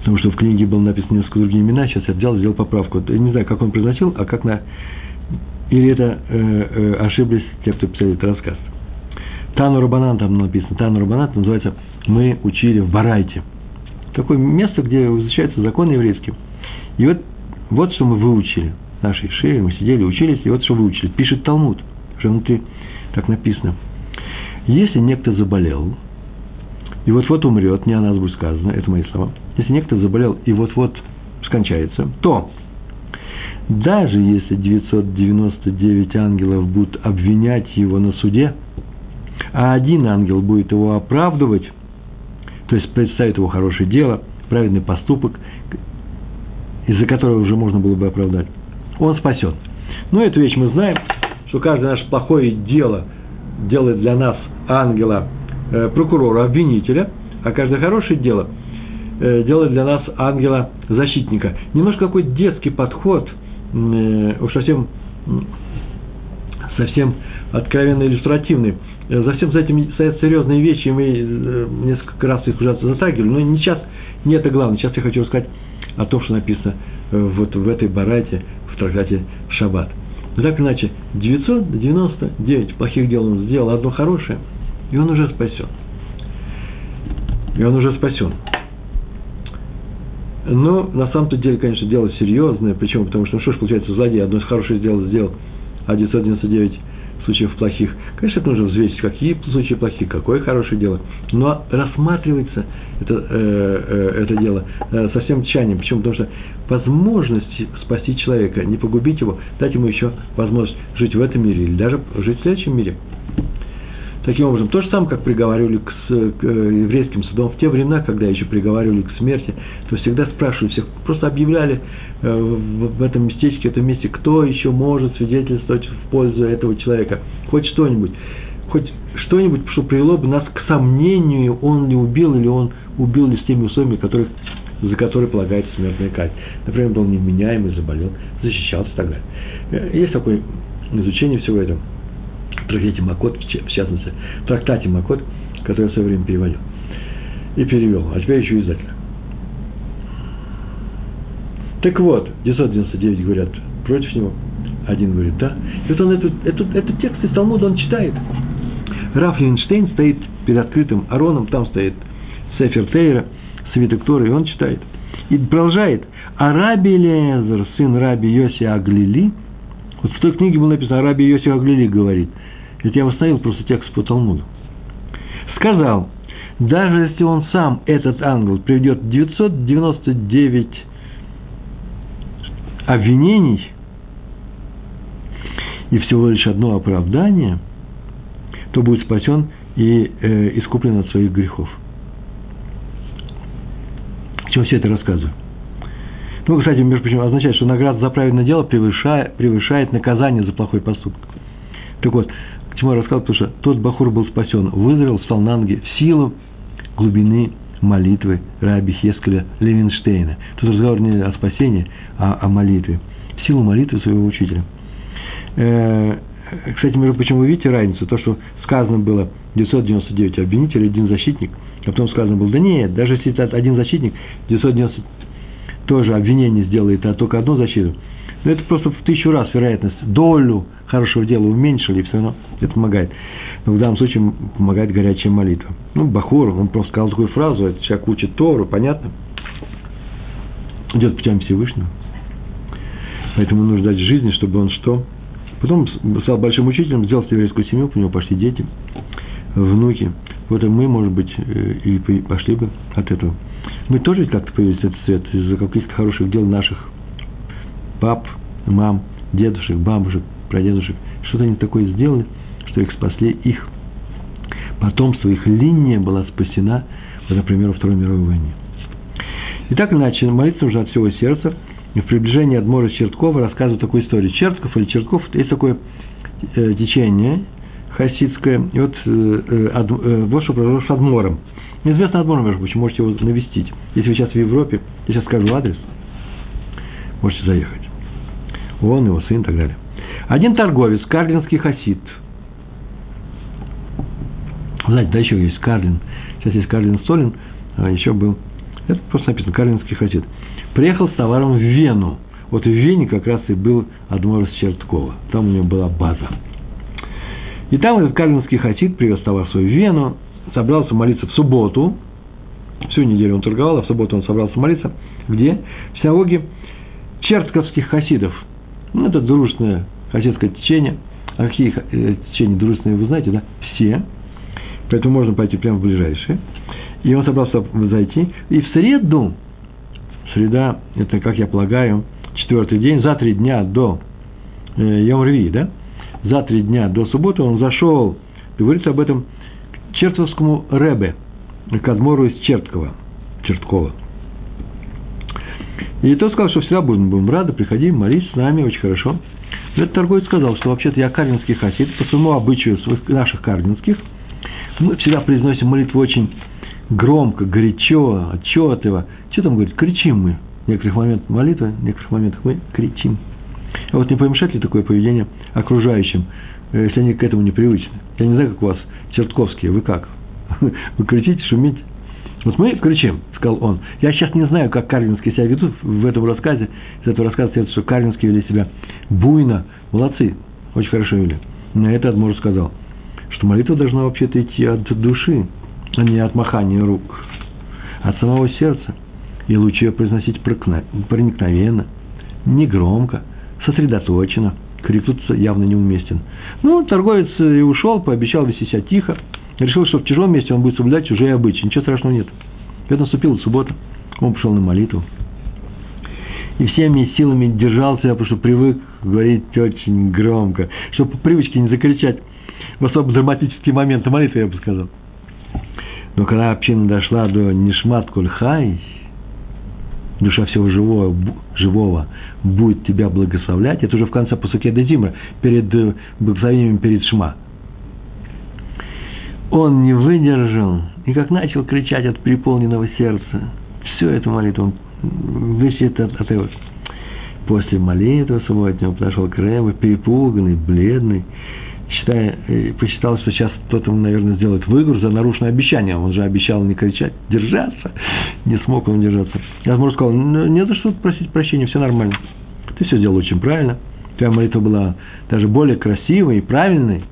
Потому что в книге было написано несколько другие имена, сейчас я взял, сделал поправку. Я не знаю, как он произносил, а как на... Или это ошиблись те, кто писали этот рассказ. Тану Рабанан там написано. Тану Рабанан называется «Мы учили в Барайте». Такое место, где изучаются законы еврейские. И вот что мы выучили. Нашей шеи мы сидели, учились, и вот что выучили. Пишет Талмуд, уже внутри так написано. Если некто заболел, и вот-вот умрет, не о нас будет сказано, это мои слова. Если некто заболел и вот-вот скончается, то даже если 999 ангелов будут обвинять его на суде, а один ангел будет его оправдывать, то есть представит его хорошее дело, праведный поступок, из-за которого уже можно было бы оправдать, он спасен. Но эту вещь мы знаем, что каждое наше плохое дело делает для нас ангела, прокурора, обвинителя, а каждое хорошее дело делает для нас ангела-защитника. Немножко какой-то детский подход, уж совсем откровенно иллюстративный. За всем за этим стоят серьезные вещи, и мы несколько раз их уже затрагивали, но не сейчас, не это главное. Сейчас я хочу рассказать о том, что написано вот в этой барайте, в трактате Шаббат. Но так или иначе, 999 плохих дел он сделал, одно хорошее, и он уже спасен. Но на самом-то деле, конечно, дело серьезное. Почему? Потому что, что ж получается, злодей одно хорошее сделал, а 999 случаев плохих. Конечно, это нужно взвесить, какие случаи плохие, какое хорошее дело. Но рассматривается это дело со всем тщанием. Почему? Потому что возможность спасти человека, не погубить его, дать ему еще возможность жить в этом мире или даже жить в следующем мире. Таким образом, то же самое, как приговаривали к еврейским судам в те времена, когда еще приговаривали к смерти, то всегда спрашивали всех, просто объявляли в этом местечке, в этом месте, кто еще может свидетельствовать в пользу этого человека. Хоть что-нибудь, что привело бы нас к сомнению, он ли убил, или он убил ли с теми условиями, за которые полагается смертная казнь. Например, был невменяемый, заболел, защищался и так далее. Есть такое изучение всего этого. В трактате Макот, в частности, в трактате Макот, который я в свое время переводил. И перевел, а теперь еще издатель. Так вот, 999 говорят против него, один говорит да. И вот он этот текст из Талмуда он читает. Раф Линштейн стоит перед открытым Ароном, там стоит Сефер Тейра, свиток Торы, и он читает. И продолжает. А Раби Элиэзер, сын Раби Йоси Аглили, вот в той книге было написано, а Раби Йоси Аглили говорит, это я восстановил просто текст по Талмуду, сказал, даже если он сам, этот ангел, приведет 999 обвинений и всего лишь одно оправдание, то будет спасен и искуплен от своих грехов. Чего все это рассказываю? Ну, кстати, между прочим, означает, что награда за праведное дело превышает наказание за плохой поступок. Так вот, к чему я рассказал, потому что тот бахур был спасен, выздоровел, встал на ноги в силу глубины молитвы Раби Хескеля Левинштейна. Тут разговор не о спасении, а о молитве. В силу молитвы своего учителя. Кстати, между прочим, вы видите разницу? То, что сказано было 999 обвинителей, один защитник, а потом сказано было, да нет, даже если это один защитник, 990 тоже обвинение сделает, а только одну защиту. Но это просто в 1000 раз вероятность. Долю хорошего дела уменьшили, и все равно это помогает. Но в данном случае помогает горячая молитва. Ну, Бахур, он просто сказал такую фразу, этот человек учит Тору, понятно? Идет путем Всевышнего. Поэтому нужно дать жизни, чтобы он что? Потом стал большим учителем, сделал еврейскую семью, у него пошли дети, внуки. Вот и мы, может быть, и пошли бы от этого. Мы тоже ведь как-то появились в этот свет из-за каких-то хороших дел наших пап, мам, дедушек, бабушек, прадедушек. Что-то они такое сделали, что их спасли, их потомство, их линия была спасена, вот, например, во Второй мировой войне. И так или иначе, молиться нужно от всего сердца. И в приближении Адмора Черткова рассказывают такую историю. Чертков или Чертков – есть такое течение хасидское. И вот что произошло с Адмором. Неизвестно Адмором, между прочим, можете его навестить. Если вы сейчас в Европе, я сейчас скажу адрес, можете заехать. Он, его сын и так далее. Один торговец, карлинский хасид. Знаете, да, еще есть Карлин. Сейчас есть Карлин Столин, а еще был Это просто написано, карлинский хасид. Приехал с товаром в Вену. Вот в Вене как раз и был адмор из Черткова. Там у него была база. И там этот карлинский хасид привез товар свой в Вену, собрался молиться в субботу. Всю неделю он торговал, а в субботу он собрался молиться. Где? В синагоге чертковских хасидов. Ну, это дружественное хасидское течение. А какие течения дружественные, вы знаете, да? Все. Поэтому можно пойти прямо в ближайшие. И он собрался зайти. И в среду, среда, это, как я полагаю, 4-й день, за 3 дня до Йом-Рви, да? За 3 дня до субботы он зашел, и говорится об этом, к чертковскому ребе, к адмору из Черткова. И тот сказал, что всегда будем рады, приходи, молись с нами, очень хорошо. И этот торговец сказал, что вообще-то я карлинский хасид, по своему обычаю наших карлинских, мы всегда произносим молитву очень громко, горячо, отчетливо. Что там говорит? Кричим мы. В некоторых моментах молитвы, в некоторых моментах мы кричим. А вот не помешает ли такое поведение окружающим, если они к этому не привычны? Я не знаю, как у вас, чертковские, вы как? Вы кричите, шумите? Вот мы кричим, сказал он. Я сейчас не знаю, как карлинские себя ведут в этом рассказе. Из этого рассказа следует, что карлинские вели себя буйно. Молодцы, очень хорошо вели. На это адмор сказал, что молитва должна вообще-то идти от души, а не от махания рук, от самого сердца. И лучше ее произносить проникновенно, негромко, сосредоточенно. Крикнуться явно неуместен. Ну, торговец и ушел, пообещал вести себя тихо. Решил, что в чужом месте он будет соблюдать чужие обычаи. Ничего страшного нет. Это наступила суббота. Он пошел на молитву. И всеми силами держал себя, потому что привык говорить очень громко. Чтобы по привычке не закричать в особо драматические моменты молитвы, я бы сказал. Но когда община дошла до Нишмат Коль Хай, душа всего живого будет тебя благословлять, это уже в конце пасуке де Зимра, перед благословением перед Шма. Он не выдержал и как начал кричать от переполненного сердца. Все это молитва, весь этот отрывок. После молитвы субботней он подошел к Ребе, перепуганный, бледный, посчитал, что сейчас кто-то, наверное, сделает выгруз за нарушенное обещание. Он же обещал не кричать, держаться. Не смог он держаться. Адмор сказал, не за что просить прощения, все нормально. Ты все сделал очень правильно. Твоя молитва была даже более красивой и правильной,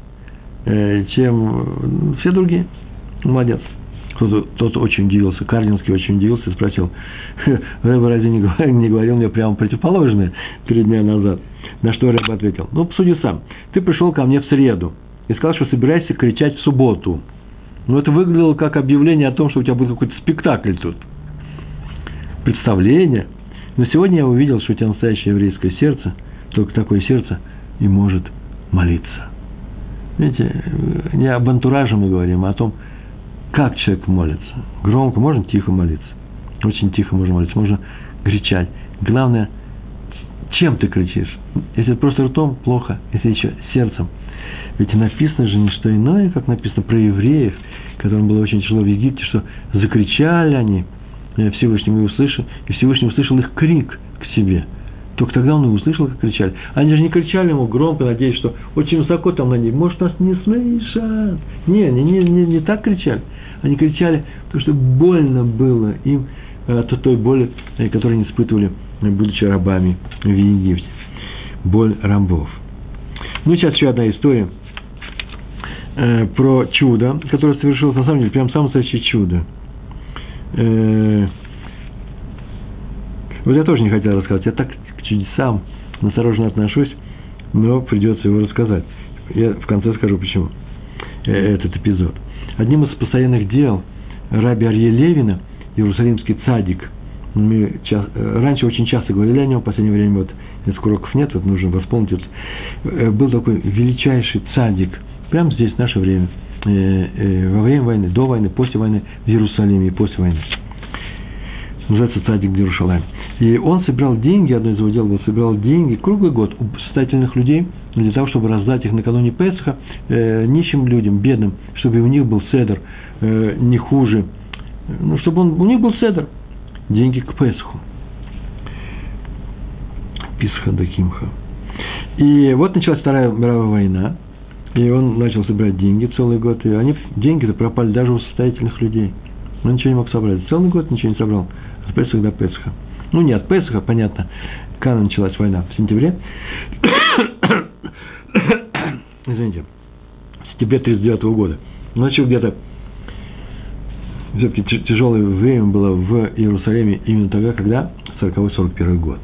чем все другие. Молодец. Кто-то очень удивился, Карлинский очень удивился и спросил, Рэбе разве не говорил мне прямо противоположное 3 дня назад? На что Рэбе ответил, посуди сам, ты пришел ко мне в среду и сказал, что собираешься кричать в субботу. Это выглядело как объявление о том, что у тебя будет какой-то спектакль тут. Представление. Но сегодня я увидел, что у тебя настоящее еврейское сердце, только такое сердце и может молиться. Видите, не об антураже мы говорим, а о том, как человек молится. Громко, можно тихо молиться. Очень тихо можно молиться, можно кричать. Главное, чем ты кричишь. Если просто ртом, плохо, если еще сердцем. Ведь написано же не что иное, как написано про евреев, которым было очень тяжело в Египте, что закричали они Всевышнему и услышал, и Всевышний услышал их крик к себе. Только тогда он и услышал, как кричали. Они же не кричали ему громко, надеясь, что очень высоко там на ней, может, нас не слышат. Не так кричали. Они кричали, потому что больно было им от той боли, которую они испытывали, будучи рабами в Египте. Боль рабов. Сейчас еще одна история про чудо, которое совершилось, на самом деле, прям самое настоящее чудо. Я тоже не хотел рассказать. Я так к чудесам настороженно отношусь, но придется его рассказать. Я в конце скажу, почему этот эпизод. Одним из постоянных дел раби Арье Левина, иерусалимский цадик, мы раньше очень часто говорили о нем, в последнее время несколько уроков нет, нужно восполнить это. Был такой величайший цадик, прямо здесь, в наше время, во время войны, до войны, после войны, в Иерусалиме и после войны. Называется цадик Иерушалайм. И он собирал деньги, одно из его дел было, собирал деньги круглый год у состоятельных людей, для того, чтобы раздать их накануне Песаха нищим людям, бедным, чтобы у них был седер не хуже, чтобы у них был седер, деньги к Песаху. Писха да Кимха. И вот началась Вторая мировая война, и он начал собирать деньги целый год, и деньги-то пропали даже у состоятельных людей. Он ничего не мог собрать. Целый год ничего не собрал. От Песаха до Песаха. Ну, не от Песаха, понятно. Когда началась война? В сентябре. Извините. В сентябре 1939 года. Значит, где-то все-таки тяжелое время было в Иерусалиме именно тогда, когда 40-41 год.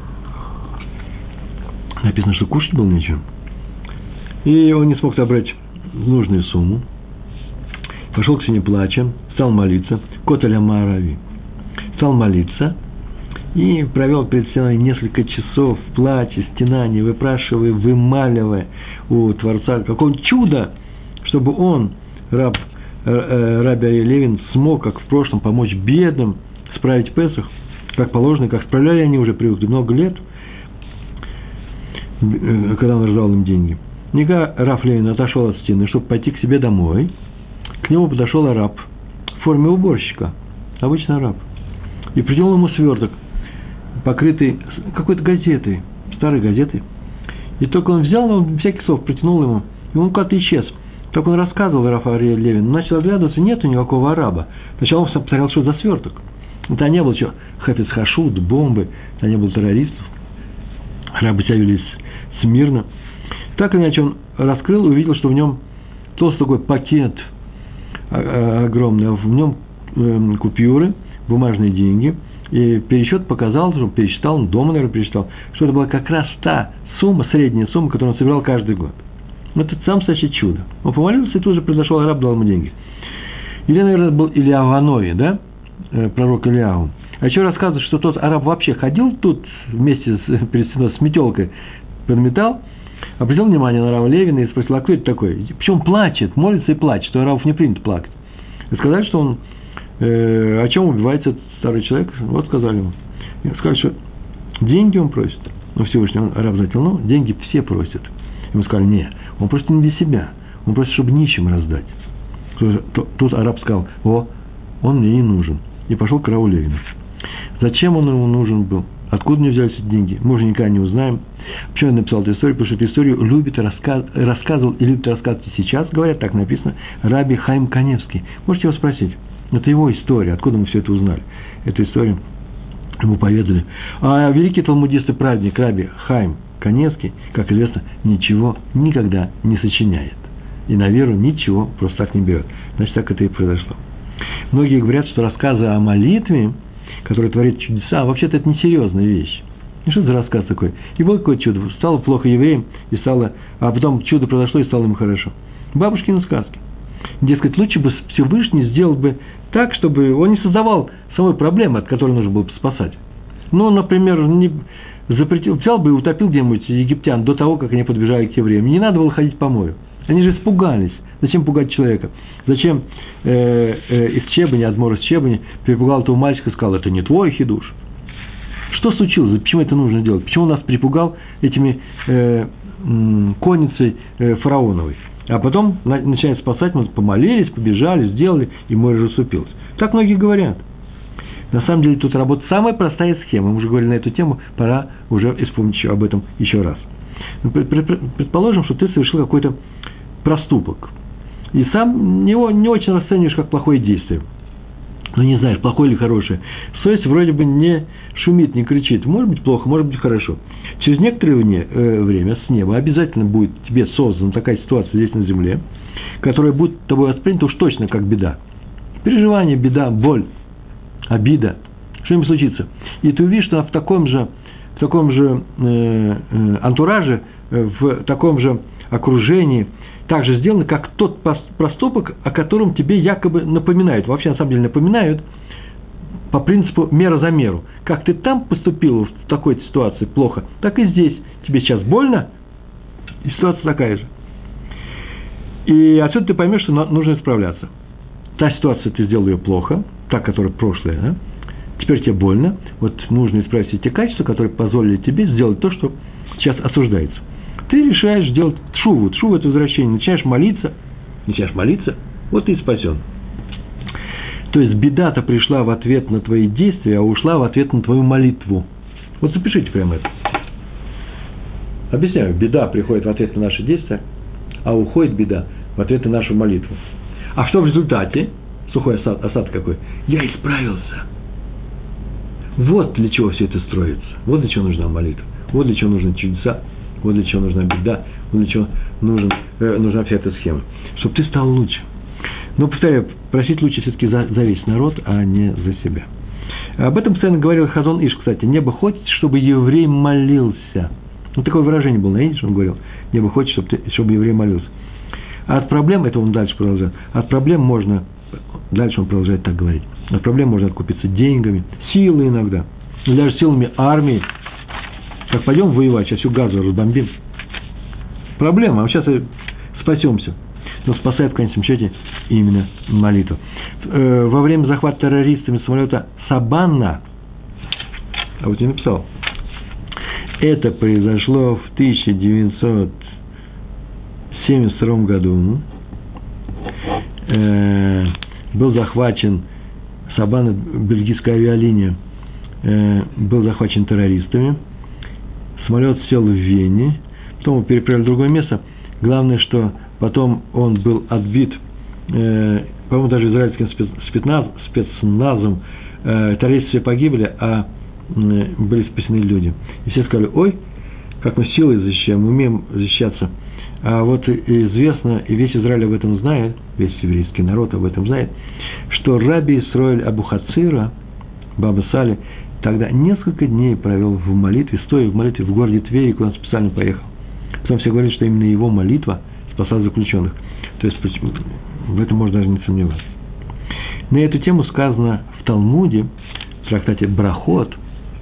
Написано, что кушать было нечего. И он не смог собрать нужную сумму. Пошел к стене плача, стал молиться. Котеля Маарави. Стал молиться и провел перед стеной несколько часов в плаче, стенании, выпрашивая, вымаливая у Творца какое чудо, чтобы он, Раби Арье Левин, смог, как в прошлом, помочь бедным справить Песах, как положено, как справляли они уже привыкли много лет, когда он раздавал им деньги. И когда Рав Левин отошел от стены, чтобы пойти к себе домой, к нему подошел араб в форме уборщика, обычный араб, и протянул ему сверток, покрытый какой-то газетой, старой газетой. И только он взял, он всяких слов протянул ему, и он куда-то исчез. Только он рассказывал, Рав Арье Левин, начал оглядываться, нету никакого араба. Сначала он посмотрел, что за сверток. Это не было что, хафец хашуд, бомбы, это не было террористов. Арабы себя вели смирно. Так или иначе он раскрыл и увидел, что в нем толстый такой пакет огромный, а в нем купюры, бумажные деньги. И пересчет показал, что он пересчитал, он дома, наверное, пересчитал, что это была как раз та сумма, средняя сумма, которую он собирал каждый год. Это сам настоящее чудо. Он помолился, и тут же произошел араб, дал ему деньги. Или, наверное, был Ильяу Ганови, да, пророк Ильяу. А еще рассказывают, что тот араб вообще ходил тут вместе перед стеной с метелкой, подметал, обратил внимание на Рава Левина и спросил, а кто это такой? Почему он плачет, молится и плачет, что арабов не принято плакать. И сказали, что он, о чем убивается этот старый человек, вот сказали ему. И сказали, что деньги он просит. Ну, Всевышний, араб заметил, ну, деньги все просят. Ему сказали, не, он просит не для себя, он просит, чтобы нищим раздать. Тут араб сказал, он мне не нужен. И пошел к Раву Левину. Зачем он ему нужен был? Откуда у него взялись эти деньги? Мы уже никогда не узнаем. Почему я написал эту историю? Потому что эту историю любит рассказывал и любит рассказывать и сейчас, говорят, так написано, Раби Хаим Каневский. Можете его спросить. Это его история. Откуда мы все это узнали? Эту историю ему поведали. А великий талмудист и праведник Раби Хаим Каневский, как известно, ничего никогда не сочиняет. И на веру ничего просто так не берет. Значит, так это и произошло. Многие говорят, что рассказы о молитве, которая творит чудеса, вообще-то это несерьезная вещь. И что за рассказ такой? И было какое-то чудо. Стало плохо евреям, а потом чудо произошло, и стало ему хорошо. Бабушкины сказки. Дескать, лучше бы Всевышний сделал бы так, чтобы он не создавал самой проблемы, от которой нужно было бы спасать. Ну, например, взял бы и утопил где-нибудь египтян до того, как они подбежали к евреям. Не надо было ходить по морю. Они же испугались. Зачем пугать человека? Зачем из Чебани, Адмор из Чебани, перепугал этого мальчика и сказал, это не твой хидуш. Что случилось? Почему это нужно делать? Почему он нас припугал этими конницей фараоновой? А потом начинает спасать, мы помолились, побежали, сделали, и море расступилось. Так многие говорят. На самом деле тут работает самая простая схема. Мы уже говорили на эту тему, пора уже вспомнить об этом еще раз. Предположим, что ты совершил какой-то проступок. И сам его не очень расцениваешь как плохое действие. Ну, не знаешь, плохое или хорошее. Совесть вроде бы не шумит, не кричит. Может быть плохо, может быть хорошо. Через некоторое время с неба обязательно будет тебе создана такая ситуация здесь на земле, которая будет тобой воспринята уж точно как беда. Переживание, беда, боль, обида. Что-нибудь случится. И ты увидишь, что в таком же антураже, в таком же окружении так же сделано, как тот проступок, о котором тебе якобы напоминают. Вообще, на самом деле, напоминают по принципу мера за меру. Как ты там поступил в такой ситуации плохо, так и здесь. Тебе сейчас больно, и ситуация такая же. И отсюда ты поймешь, что нужно исправляться. Та ситуация, ты сделал ее плохо, та, которая прошлая, да? Теперь тебе больно. Вот нужно исправить все те качества, которые позволили тебе сделать то, что сейчас осуждается. Ты решаешь делать тшуву. Тшува – это возвращение. Начинаешь молиться, вот ты и спасен. То есть, беда-то пришла в ответ на твои действия, а ушла в ответ на твою молитву. Вот запишите прямо это. Объясняю. Беда приходит в ответ на наши действия, а уходит беда в ответ на нашу молитву. А что в результате сухой осад какой. Я исправился. Вот для чего все это строится. Вот для чего нужна молитва. Вот для чего нужны чудеса. Вот для чего нужна беда. Вот для чего нужна вся эта схема. Чтобы ты стал лучше. Но, повторяю, просить лучше все-таки за весь народ, а не за себя. Об этом постоянно говорил Хазон Иш, кстати. Небо хочет, чтобы еврей молился. Вот такое выражение было на идиш, он говорил. Небо хочет, чтобы еврей молился. А от проблем, это он дальше продолжает, от проблем можно, дальше он продолжает так говорить, от проблем можно откупиться деньгами, силой иногда, и даже силами армии. Как пойдем воевать, сейчас всю Газу разбомбим. Проблема, а сейчас и спасемся. Но спасает в конечном счете именно молитва. Во время захвата террористами самолета Сабанна, а вот я написал, это произошло в 1972 году. Был захвачен Сабанна, бельгийская авиалиния, был захвачен террористами. Самолет сел в Вене, потом его переправили в другое место. Главное, что потом он был отбит, по-моему, даже израильским спецназом. Террористы все погибли, а были спасены люди. И все сказали: ой, как мы силой защищаем, умеем защищаться. А вот известно, и весь Израиль об этом знает, весь еврейский народ об этом знает, что Раби Исроэль Абу-Хацира, Баба Сали, тогда несколько дней провел в молитве, стоя в молитве в городе Твери, куда он специально поехал. Потом все говорят, что именно его молитва спасла заключенных. То есть в этом можно даже не сомневаться. На эту тему сказано в Талмуде, в трактате Брахот,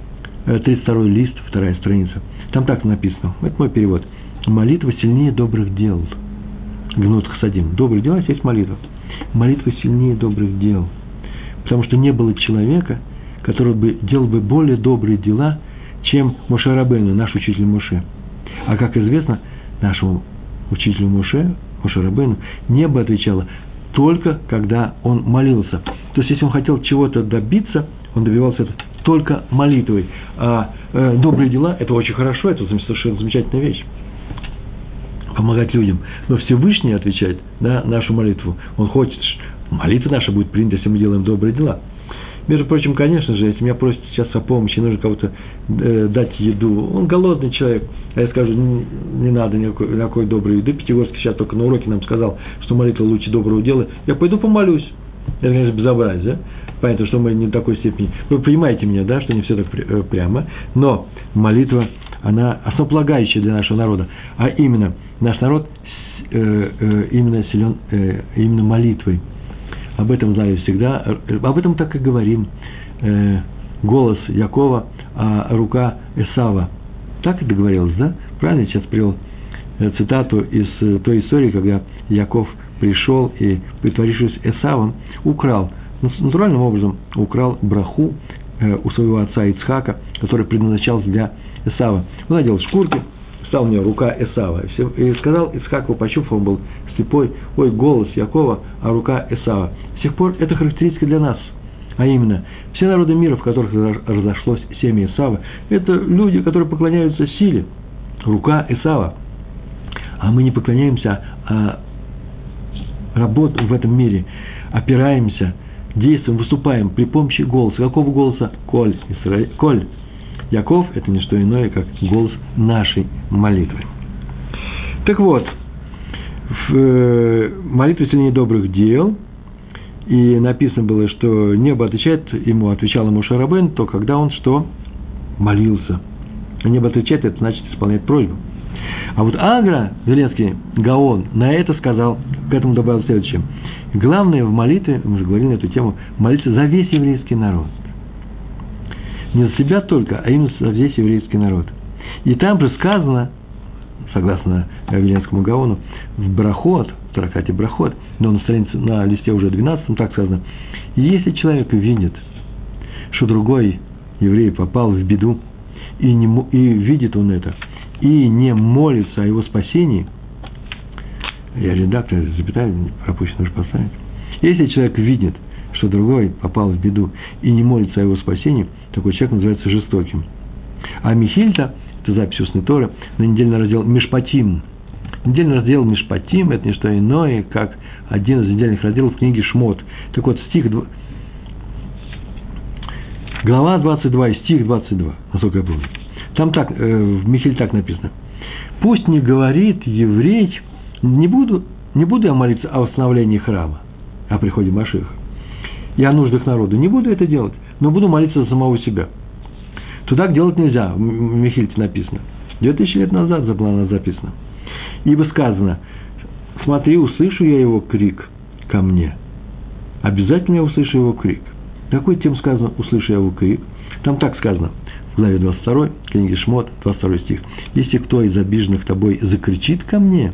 32 лист, 2 страница. Там так написано, это мой перевод. Молитва сильнее добрых дел. Гнут Хасадим. Добрые дела есть молитва. Молитва сильнее добрых дел. Потому что не было человека, который бы делал бы более добрые дела, чем Моше Рабейну, наш учитель Моше. А как известно, нашему учителю Моше Рабейну, небо отвечало только когда он молился. То есть, если он хотел чего-то добиться, он добивался это только молитвой. А добрые дела – это очень хорошо, это совершенно замечательная вещь. Помогать людям. Но Всевышний отвечает на нашу молитву. Он хочет, молитва наша будет принята, если мы делаем добрые дела. Между прочим, конечно же, если меня просят сейчас о помощи, нужно кого-то дать еду, он голодный человек, а я скажу, не надо никакой доброй еды, Пятигорский сейчас только на уроке нам сказал, что молитва лучше доброго дела, я пойду помолюсь. Это, конечно, безобразие, понятно, что мы не в такой степени, вы понимаете меня, да, что не все так прямо, но молитва, она основополагающая для нашего народа, а именно, наш народ именно силен именно молитвой. Об этом знаю всегда, об этом так и говорим. Голос Якова, а рука Эсава. Так и договорилось, да? Правильно, я сейчас привел цитату из той истории, когда Яков пришел и, притворившись Эсавом, украл, натуральным образом украл браху у своего отца Ицхака, который предназначался для Эсава. Он надел шкурки, стала у него рука Эсава. И сказал Ицхаку, почувствовал, он был слепой, ой, голос Якова, а рука Эсава. С тех пор это характеристика для нас. А именно, все народы мира, в которых разошлось семя Эсава, это люди, которые поклоняются силе. Рука Эсава. А мы не поклоняемся, а работаем в этом мире, опираемся, действуем, выступаем при помощи голоса. Какого голоса? Коль. Коль. Яков – это не что иное, как голос нашей молитвы. Так вот, в молитве сильнее добрых дел, и написано было, что небо отвечало Моше Рабейну, то когда он что? Молился. Небо отвечает, это значит исполняет просьбу. А вот Агра, Веленский Гаон, на это сказал, к этому добавил следующее. Главное в молитве, мы уже говорили на эту тему, молиться за весь еврейский народ. Не за себя только, а именно за весь еврейский народ. И там же сказано, согласно Веленскому Гаону, в Брахот, в трактате Брахот, но на странице, на листе уже 12, так сказано, если человек видит, что другой еврей попал в беду, и видит он это, и не молится о его спасении, я редактор, запятая, пропущено уже поставить, если человек видит, что другой попал в беду и не молится о его спасении, такой человек называется жестоким. А Михильта, это запись устной Торы, на недельный раздел Мишпатим, Недельный раздел Мишпатим – это не что иное, как один из недельных разделов книги Шмот. Так вот, глава 22 и стих 22, насколько я помню. Там так, в Михиле так написано. «Пусть не говорит еврей, не буду я молиться о восстановлении храма, о приходе Машиаха, и о нуждах народа. Не буду это делать, но буду молиться за самого себя». Туда делать нельзя, в Михиле написано. 2000 лет назад записано. Ибо сказано: «Смотри, услышу я его крик ко мне». Обязательно я услышу его крик. Какой тем сказано «услышу я его крик»? Там так сказано, в главе 22, книги Шмот, 22 стих. «Если кто из обиженных тобой закричит ко мне,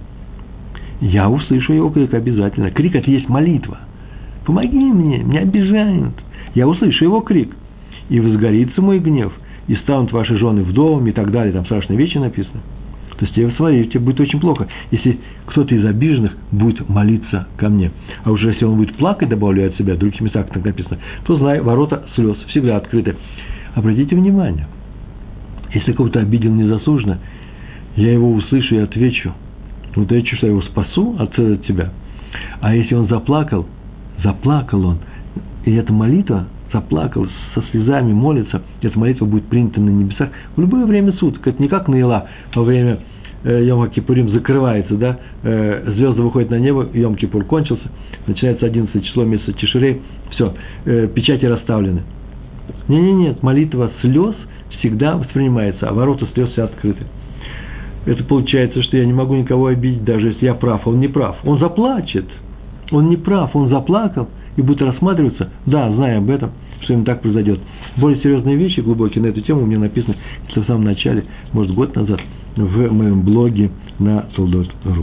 я услышу его крик обязательно». Крик – это есть молитва. «Помоги мне, меня обижают». Я услышу его крик. «И возгорится мой гнев, и станут ваши жены вдовами» и так далее. Там страшные вещи написано. То есть тебе будет очень плохо, если кто-то из обиженных будет молиться ко мне. А уже если он будет плакать, добавляю от себя, в других местах так написано, то знай, ворота слез всегда открыты. Обратите внимание, если кого-то обидел незаслуженно, я его услышу и отвечу. Вот я что, я его спасу от тебя. А если он заплакал он, и эта молитва, заплакал, со слезами молится, эта молитва будет принята на небесах в любое время суток. Это не как Наила во время Йом-Кипурим закрывается, да, звезды выходят на небо, Йом-Кипур кончился, начинается 11 число месяца Тишрей, все, печати расставлены. Нет, молитва слез всегда воспринимается, а ворота слез все открыты. Это получается, что я не могу никого обидеть, даже если я прав, он не прав. Он заплачет, он не прав, он заплакал, и будет рассматриваться, да, зная об этом, что именно так произойдет. Более серьезные вещи, глубокие на эту тему, у меня написано, в самом начале, может, год назад, в моем блоге на Толдот.ру.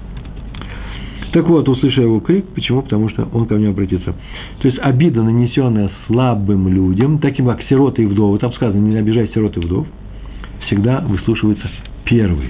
Так вот, услышу его крик, почему? Потому что он ко мне обратится. То есть, обида, нанесенная слабым людям, таким как сироты и вдовы, там сказано, не обижай сирот и вдов, всегда выслушивается первый.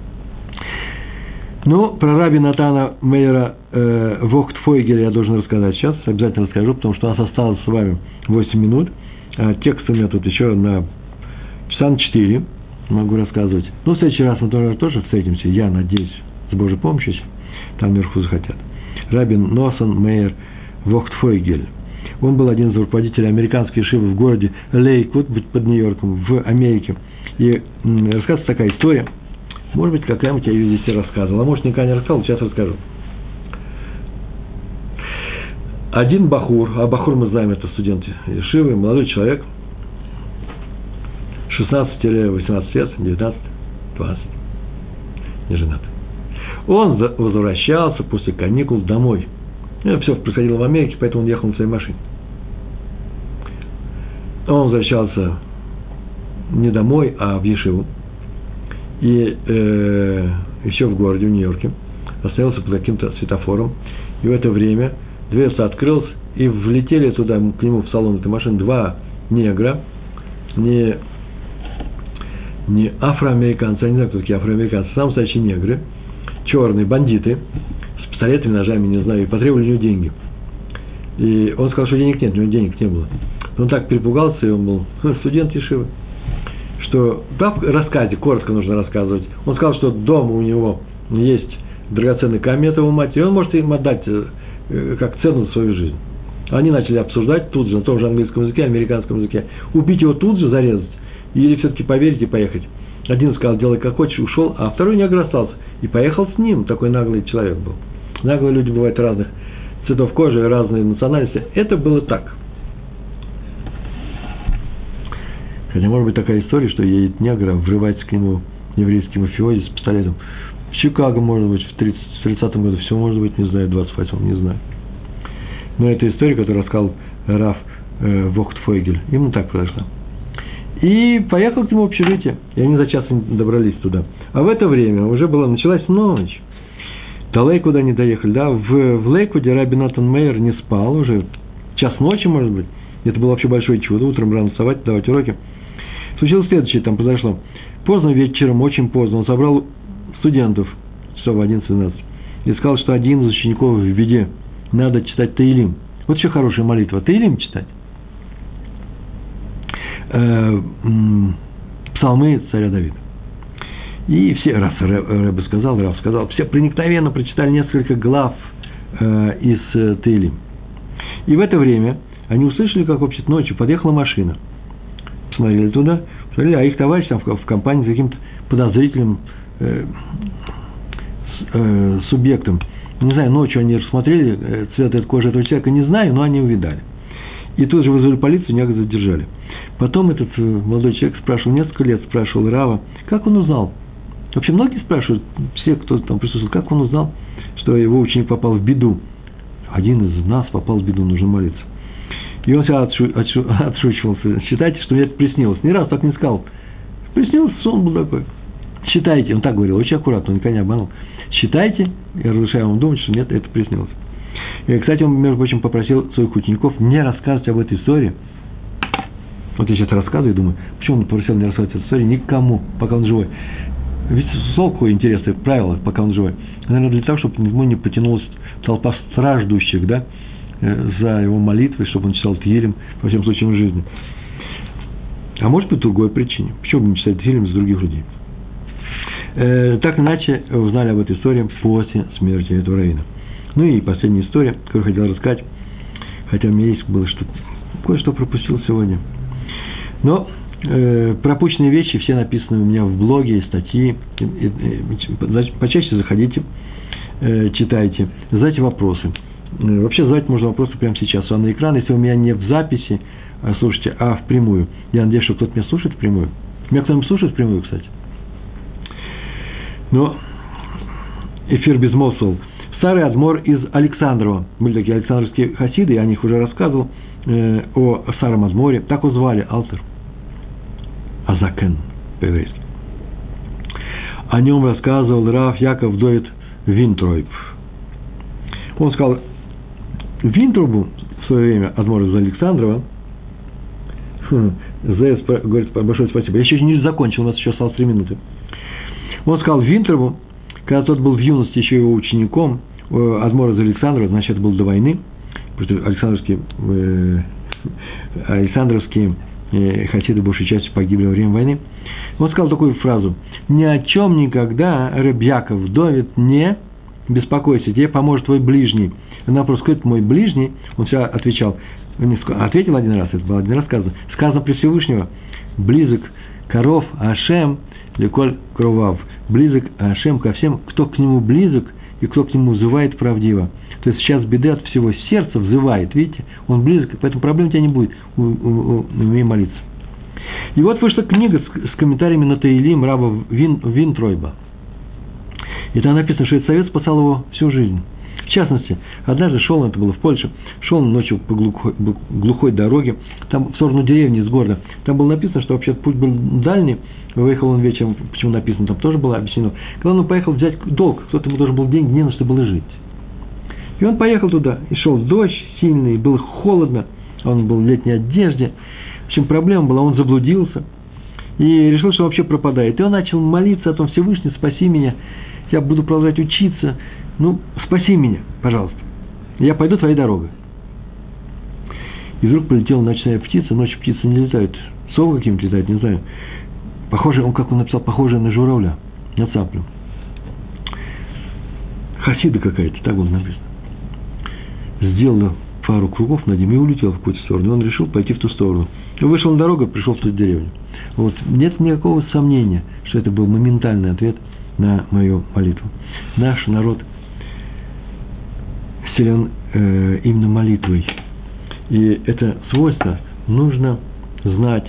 Но про раби Натана Мейера Вохтфойгеля я должен рассказать сейчас, обязательно расскажу, потому что у нас осталось с вами 8 минут, а текст у меня тут еще на часа на 4 могу рассказывать. Но в следующий раз мы тоже встретимся, я надеюсь, с Божьей помощью, там наверху захотят. Рабин Носон Мейер Вохтфойгель. Он был один из руководителей американской ешивы в городе Лейквуд под Нью-Йорком в Америке. И рассказывается такая история. Может быть, какая-нибудь я ее здесь рассказывал, а может, никогда не рассказывал, сейчас расскажу. Один бахур, а бахур мы знаем, это студент ешивы, молодой человек, 16-18 лет, 19, 20, не женат. Он возвращался после каникул домой. Это все происходило в Америке, поэтому он ехал на своей машине. Он возвращался не домой, а в ешиву. И еще в городе, в Нью-Йорке, остановился под каким-то светофором, и в это время дверца открылась, и влетели туда, к нему в салон этой машины, два негра, не афроамериканцы, я не знаю, кто такие афроамериканцы, самые настоящие негры, черные бандиты, с пистолетами, ножами, не знаю, и потребовали у него деньги. И он сказал, что денег нет, у него денег не было. Но он так перепугался, и он был студент ешивы, что в рассказе, коротко нужно рассказывать, он сказал, что дома у него есть драгоценный камень от его матери, и он может им отдать как цену за свою жизнь. Они начали обсуждать тут же, на том же английском языке, американском языке, убить его тут же, зарезать, или все-таки поверить и поехать. Один сказал, делай как хочешь, ушел, а второй негр остался, и поехал с ним, такой наглый человек был. Наглые люди бывают разных цветов кожи, разные национальности. Это было так. Хотя, может быть, такая история, что едет негр, врывается к нему еврейский мафиози с пистолетом. В Чикаго, может быть, в 30-м году, все может быть, не знаю, в 28-м, не знаю. Но это история, которую рассказал Рав Вохтфойгель. Ему так произошло. И поехал к нему в общежитие, и они за час добрались туда. А в это время уже началась ночь. До Лейквуда не доехали, да, в Лейквуде раби Натан Мейер не спал уже, час ночи, может быть. Это было вообще большое чудо, утром рано вставать, давать уроки. Случилось следующее, там произошло. Поздно вечером, очень поздно, он собрал студентов, часов в 11-12, и сказал, что один из учеников в беде, надо читать Таилим. Вот еще хорошая молитва, Таилим читать. Псалмы царя Давида. И все, раз Рэбе сказал, Рав сказал, все проникновенно прочитали несколько глав из Теилим. И в это время они услышали, как вообще ночью подъехала машина. Посмотрели туда, посмотрели, а их товарищ там в компании с каким-то подозрительным субъектом. Не знаю, ночью они рассмотрели цвет кожи этого человека, не знаю, но они увидали. И тут же вызвали полицию, некогда задержали. Потом этот молодой человек спрашивал, несколько лет спрашивал Рава, как он узнал. Вообще многие спрашивают, все, кто там присутствовал, как он узнал, что его ученик попал в беду. Один из нас попал в беду, нужно молиться. И он себя отшучивался. Считайте, что мне это приснилось. Ни раз так не сказал. Приснился, сон был такой. Считайте, он так говорил, очень аккуратно, он никогда не обманул. Считайте, я разрешаю вам думать, что нет, это приснилось. И, кстати, он, между прочим, попросил своих учеников не рассказывать об этой истории. Вот я сейчас рассказываю и думаю, почему он попросил не рассказывать эту историю никому, пока он живой. Ведь слово какое интересное правило, пока он живой. Наверное, для того, чтобы к нему не потянулась толпа страждущих, да, за его молитвой, чтобы он читал Тилим, во всем случае, в жизни. А может быть, другой причине. Почему бы не читать Тилим с других людей? Так иначе узнали об этой истории после смерти этого раввина. Ну и последняя история, которую хотел рассказать, хотя у меня есть было что-то, кое-что пропустил сегодня. Но пропущенные вещи все написаны у меня в блоге, статьи. Почаще заходите, читайте, задайте вопросы. Вообще задать можно вопросы прямо сейчас на экран, если у меня не в записи, слушайте, а впрямую. Я надеюсь, что кто-то меня слушает впрямую. Меня кто-нибудь слушает впрямую, кстати. Но эфир безмолвствовал. Старый адмор из Александрова. Были такие александровские хасиды, я о них уже рассказывал, о старом адморе. Так его звали, Алтер. Азакен, по-еврейски. О нем рассказывал Рав Яков Довид Винтройб. Он сказал, Винтрубу в свое время, адмор из Александрова, Заяц говорит, большое спасибо. Я еще не закончил, у нас еще осталось 3 минуты. Он сказал Винтрубу, когда тот был в юности еще его учеником, адмор из Александрова, значит, это было до войны, потому что Александровские хасиды большей частью погибли во время войны. Он сказал такую фразу: «Ни о чем никогда, Реб Яков Довид, не беспокойся, тебе поможет твой ближний». На вопрос, кто это мой ближний, он всегда отвечал, ответил один раз, это было один раз сказано при Всевышнего: «Близок коров Ашем леколь кровав», близок Ашем ко всем, кто к нему близок и кто к нему взывает правдиво. То есть сейчас беды от всего сердца взывает, видите, он близок, поэтому проблем у тебя не будет, умей молиться. И вот вышла книга с комментариями на Теилим раба Винтройба. И там написано, что этот совет спасал его всю жизнь. В частности, однажды шел он, это было в Польше, шел он ночью по глухой дороге, там в сторону деревни из города. Там было написано, что вообще путь был дальний, выехал он вечером, почему написано, там тоже было объяснено. Когда он поехал взять долг, кто-то ему должен был деньги, не на что было жить. И он поехал туда, и шел дождь сильный, было холодно, он был в летней одежде. В общем, проблема была, он заблудился и решил, что вообще пропадает. И он начал молиться о том: Всевышний, спаси меня, я буду продолжать учиться, спаси меня, пожалуйста, я пойду твоей дорогой. И вдруг полетела ночная птица, ночью птицы не летают, совы какие-нибудь летают, не знаю. Похоже, как он написал, похоже на журавля, на цаплю. Хасида какая-то, так было написано. Сделала пару кругов над ним и улетел в какую-то сторону. И он решил пойти в ту сторону. И вышел на дорогу, пришел в ту деревню. Вот. Нет никакого сомнения, что это был моментальный ответ на мою молитву. Наш народ силен именно молитвой. И это свойство нужно знать,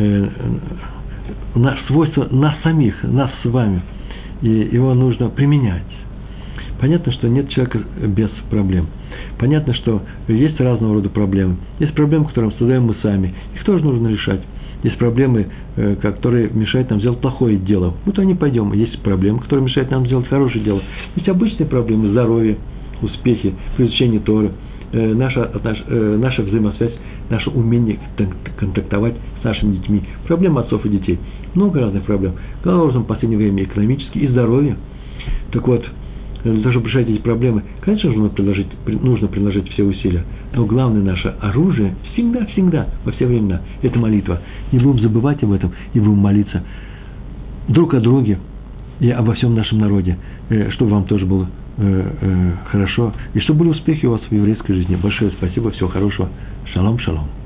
свойство нас самих, нас с вами. И его нужно применять. Понятно, что нет человека без проблем. Понятно, что есть разного рода проблемы. Есть проблемы, которые создаем мы сами. Их тоже нужно решать. Есть проблемы, которые мешают нам сделать плохое дело. Вот они пойдем. Есть проблемы, которые мешают нам сделать хорошее дело. Есть обычные проблемы: здоровье, успехи, изучение Торы, наша взаимосвязь, наше умение контактовать с нашими детьми. Проблемы отцов и детей. Много разных проблем. Главным образом в последнее время экономические и здоровье. Так вот, для того, чтобы решать эти проблемы, конечно же, нужно приложить все усилия. Но главное наше оружие всегда, во все времена, это молитва. Не будем забывать об этом и будем молиться друг о друге, и обо всем нашем народе, чтобы вам тоже было хорошо, и чтобы были успехи у вас в еврейской жизни. Большое спасибо, всего хорошего. Шалом, шалом.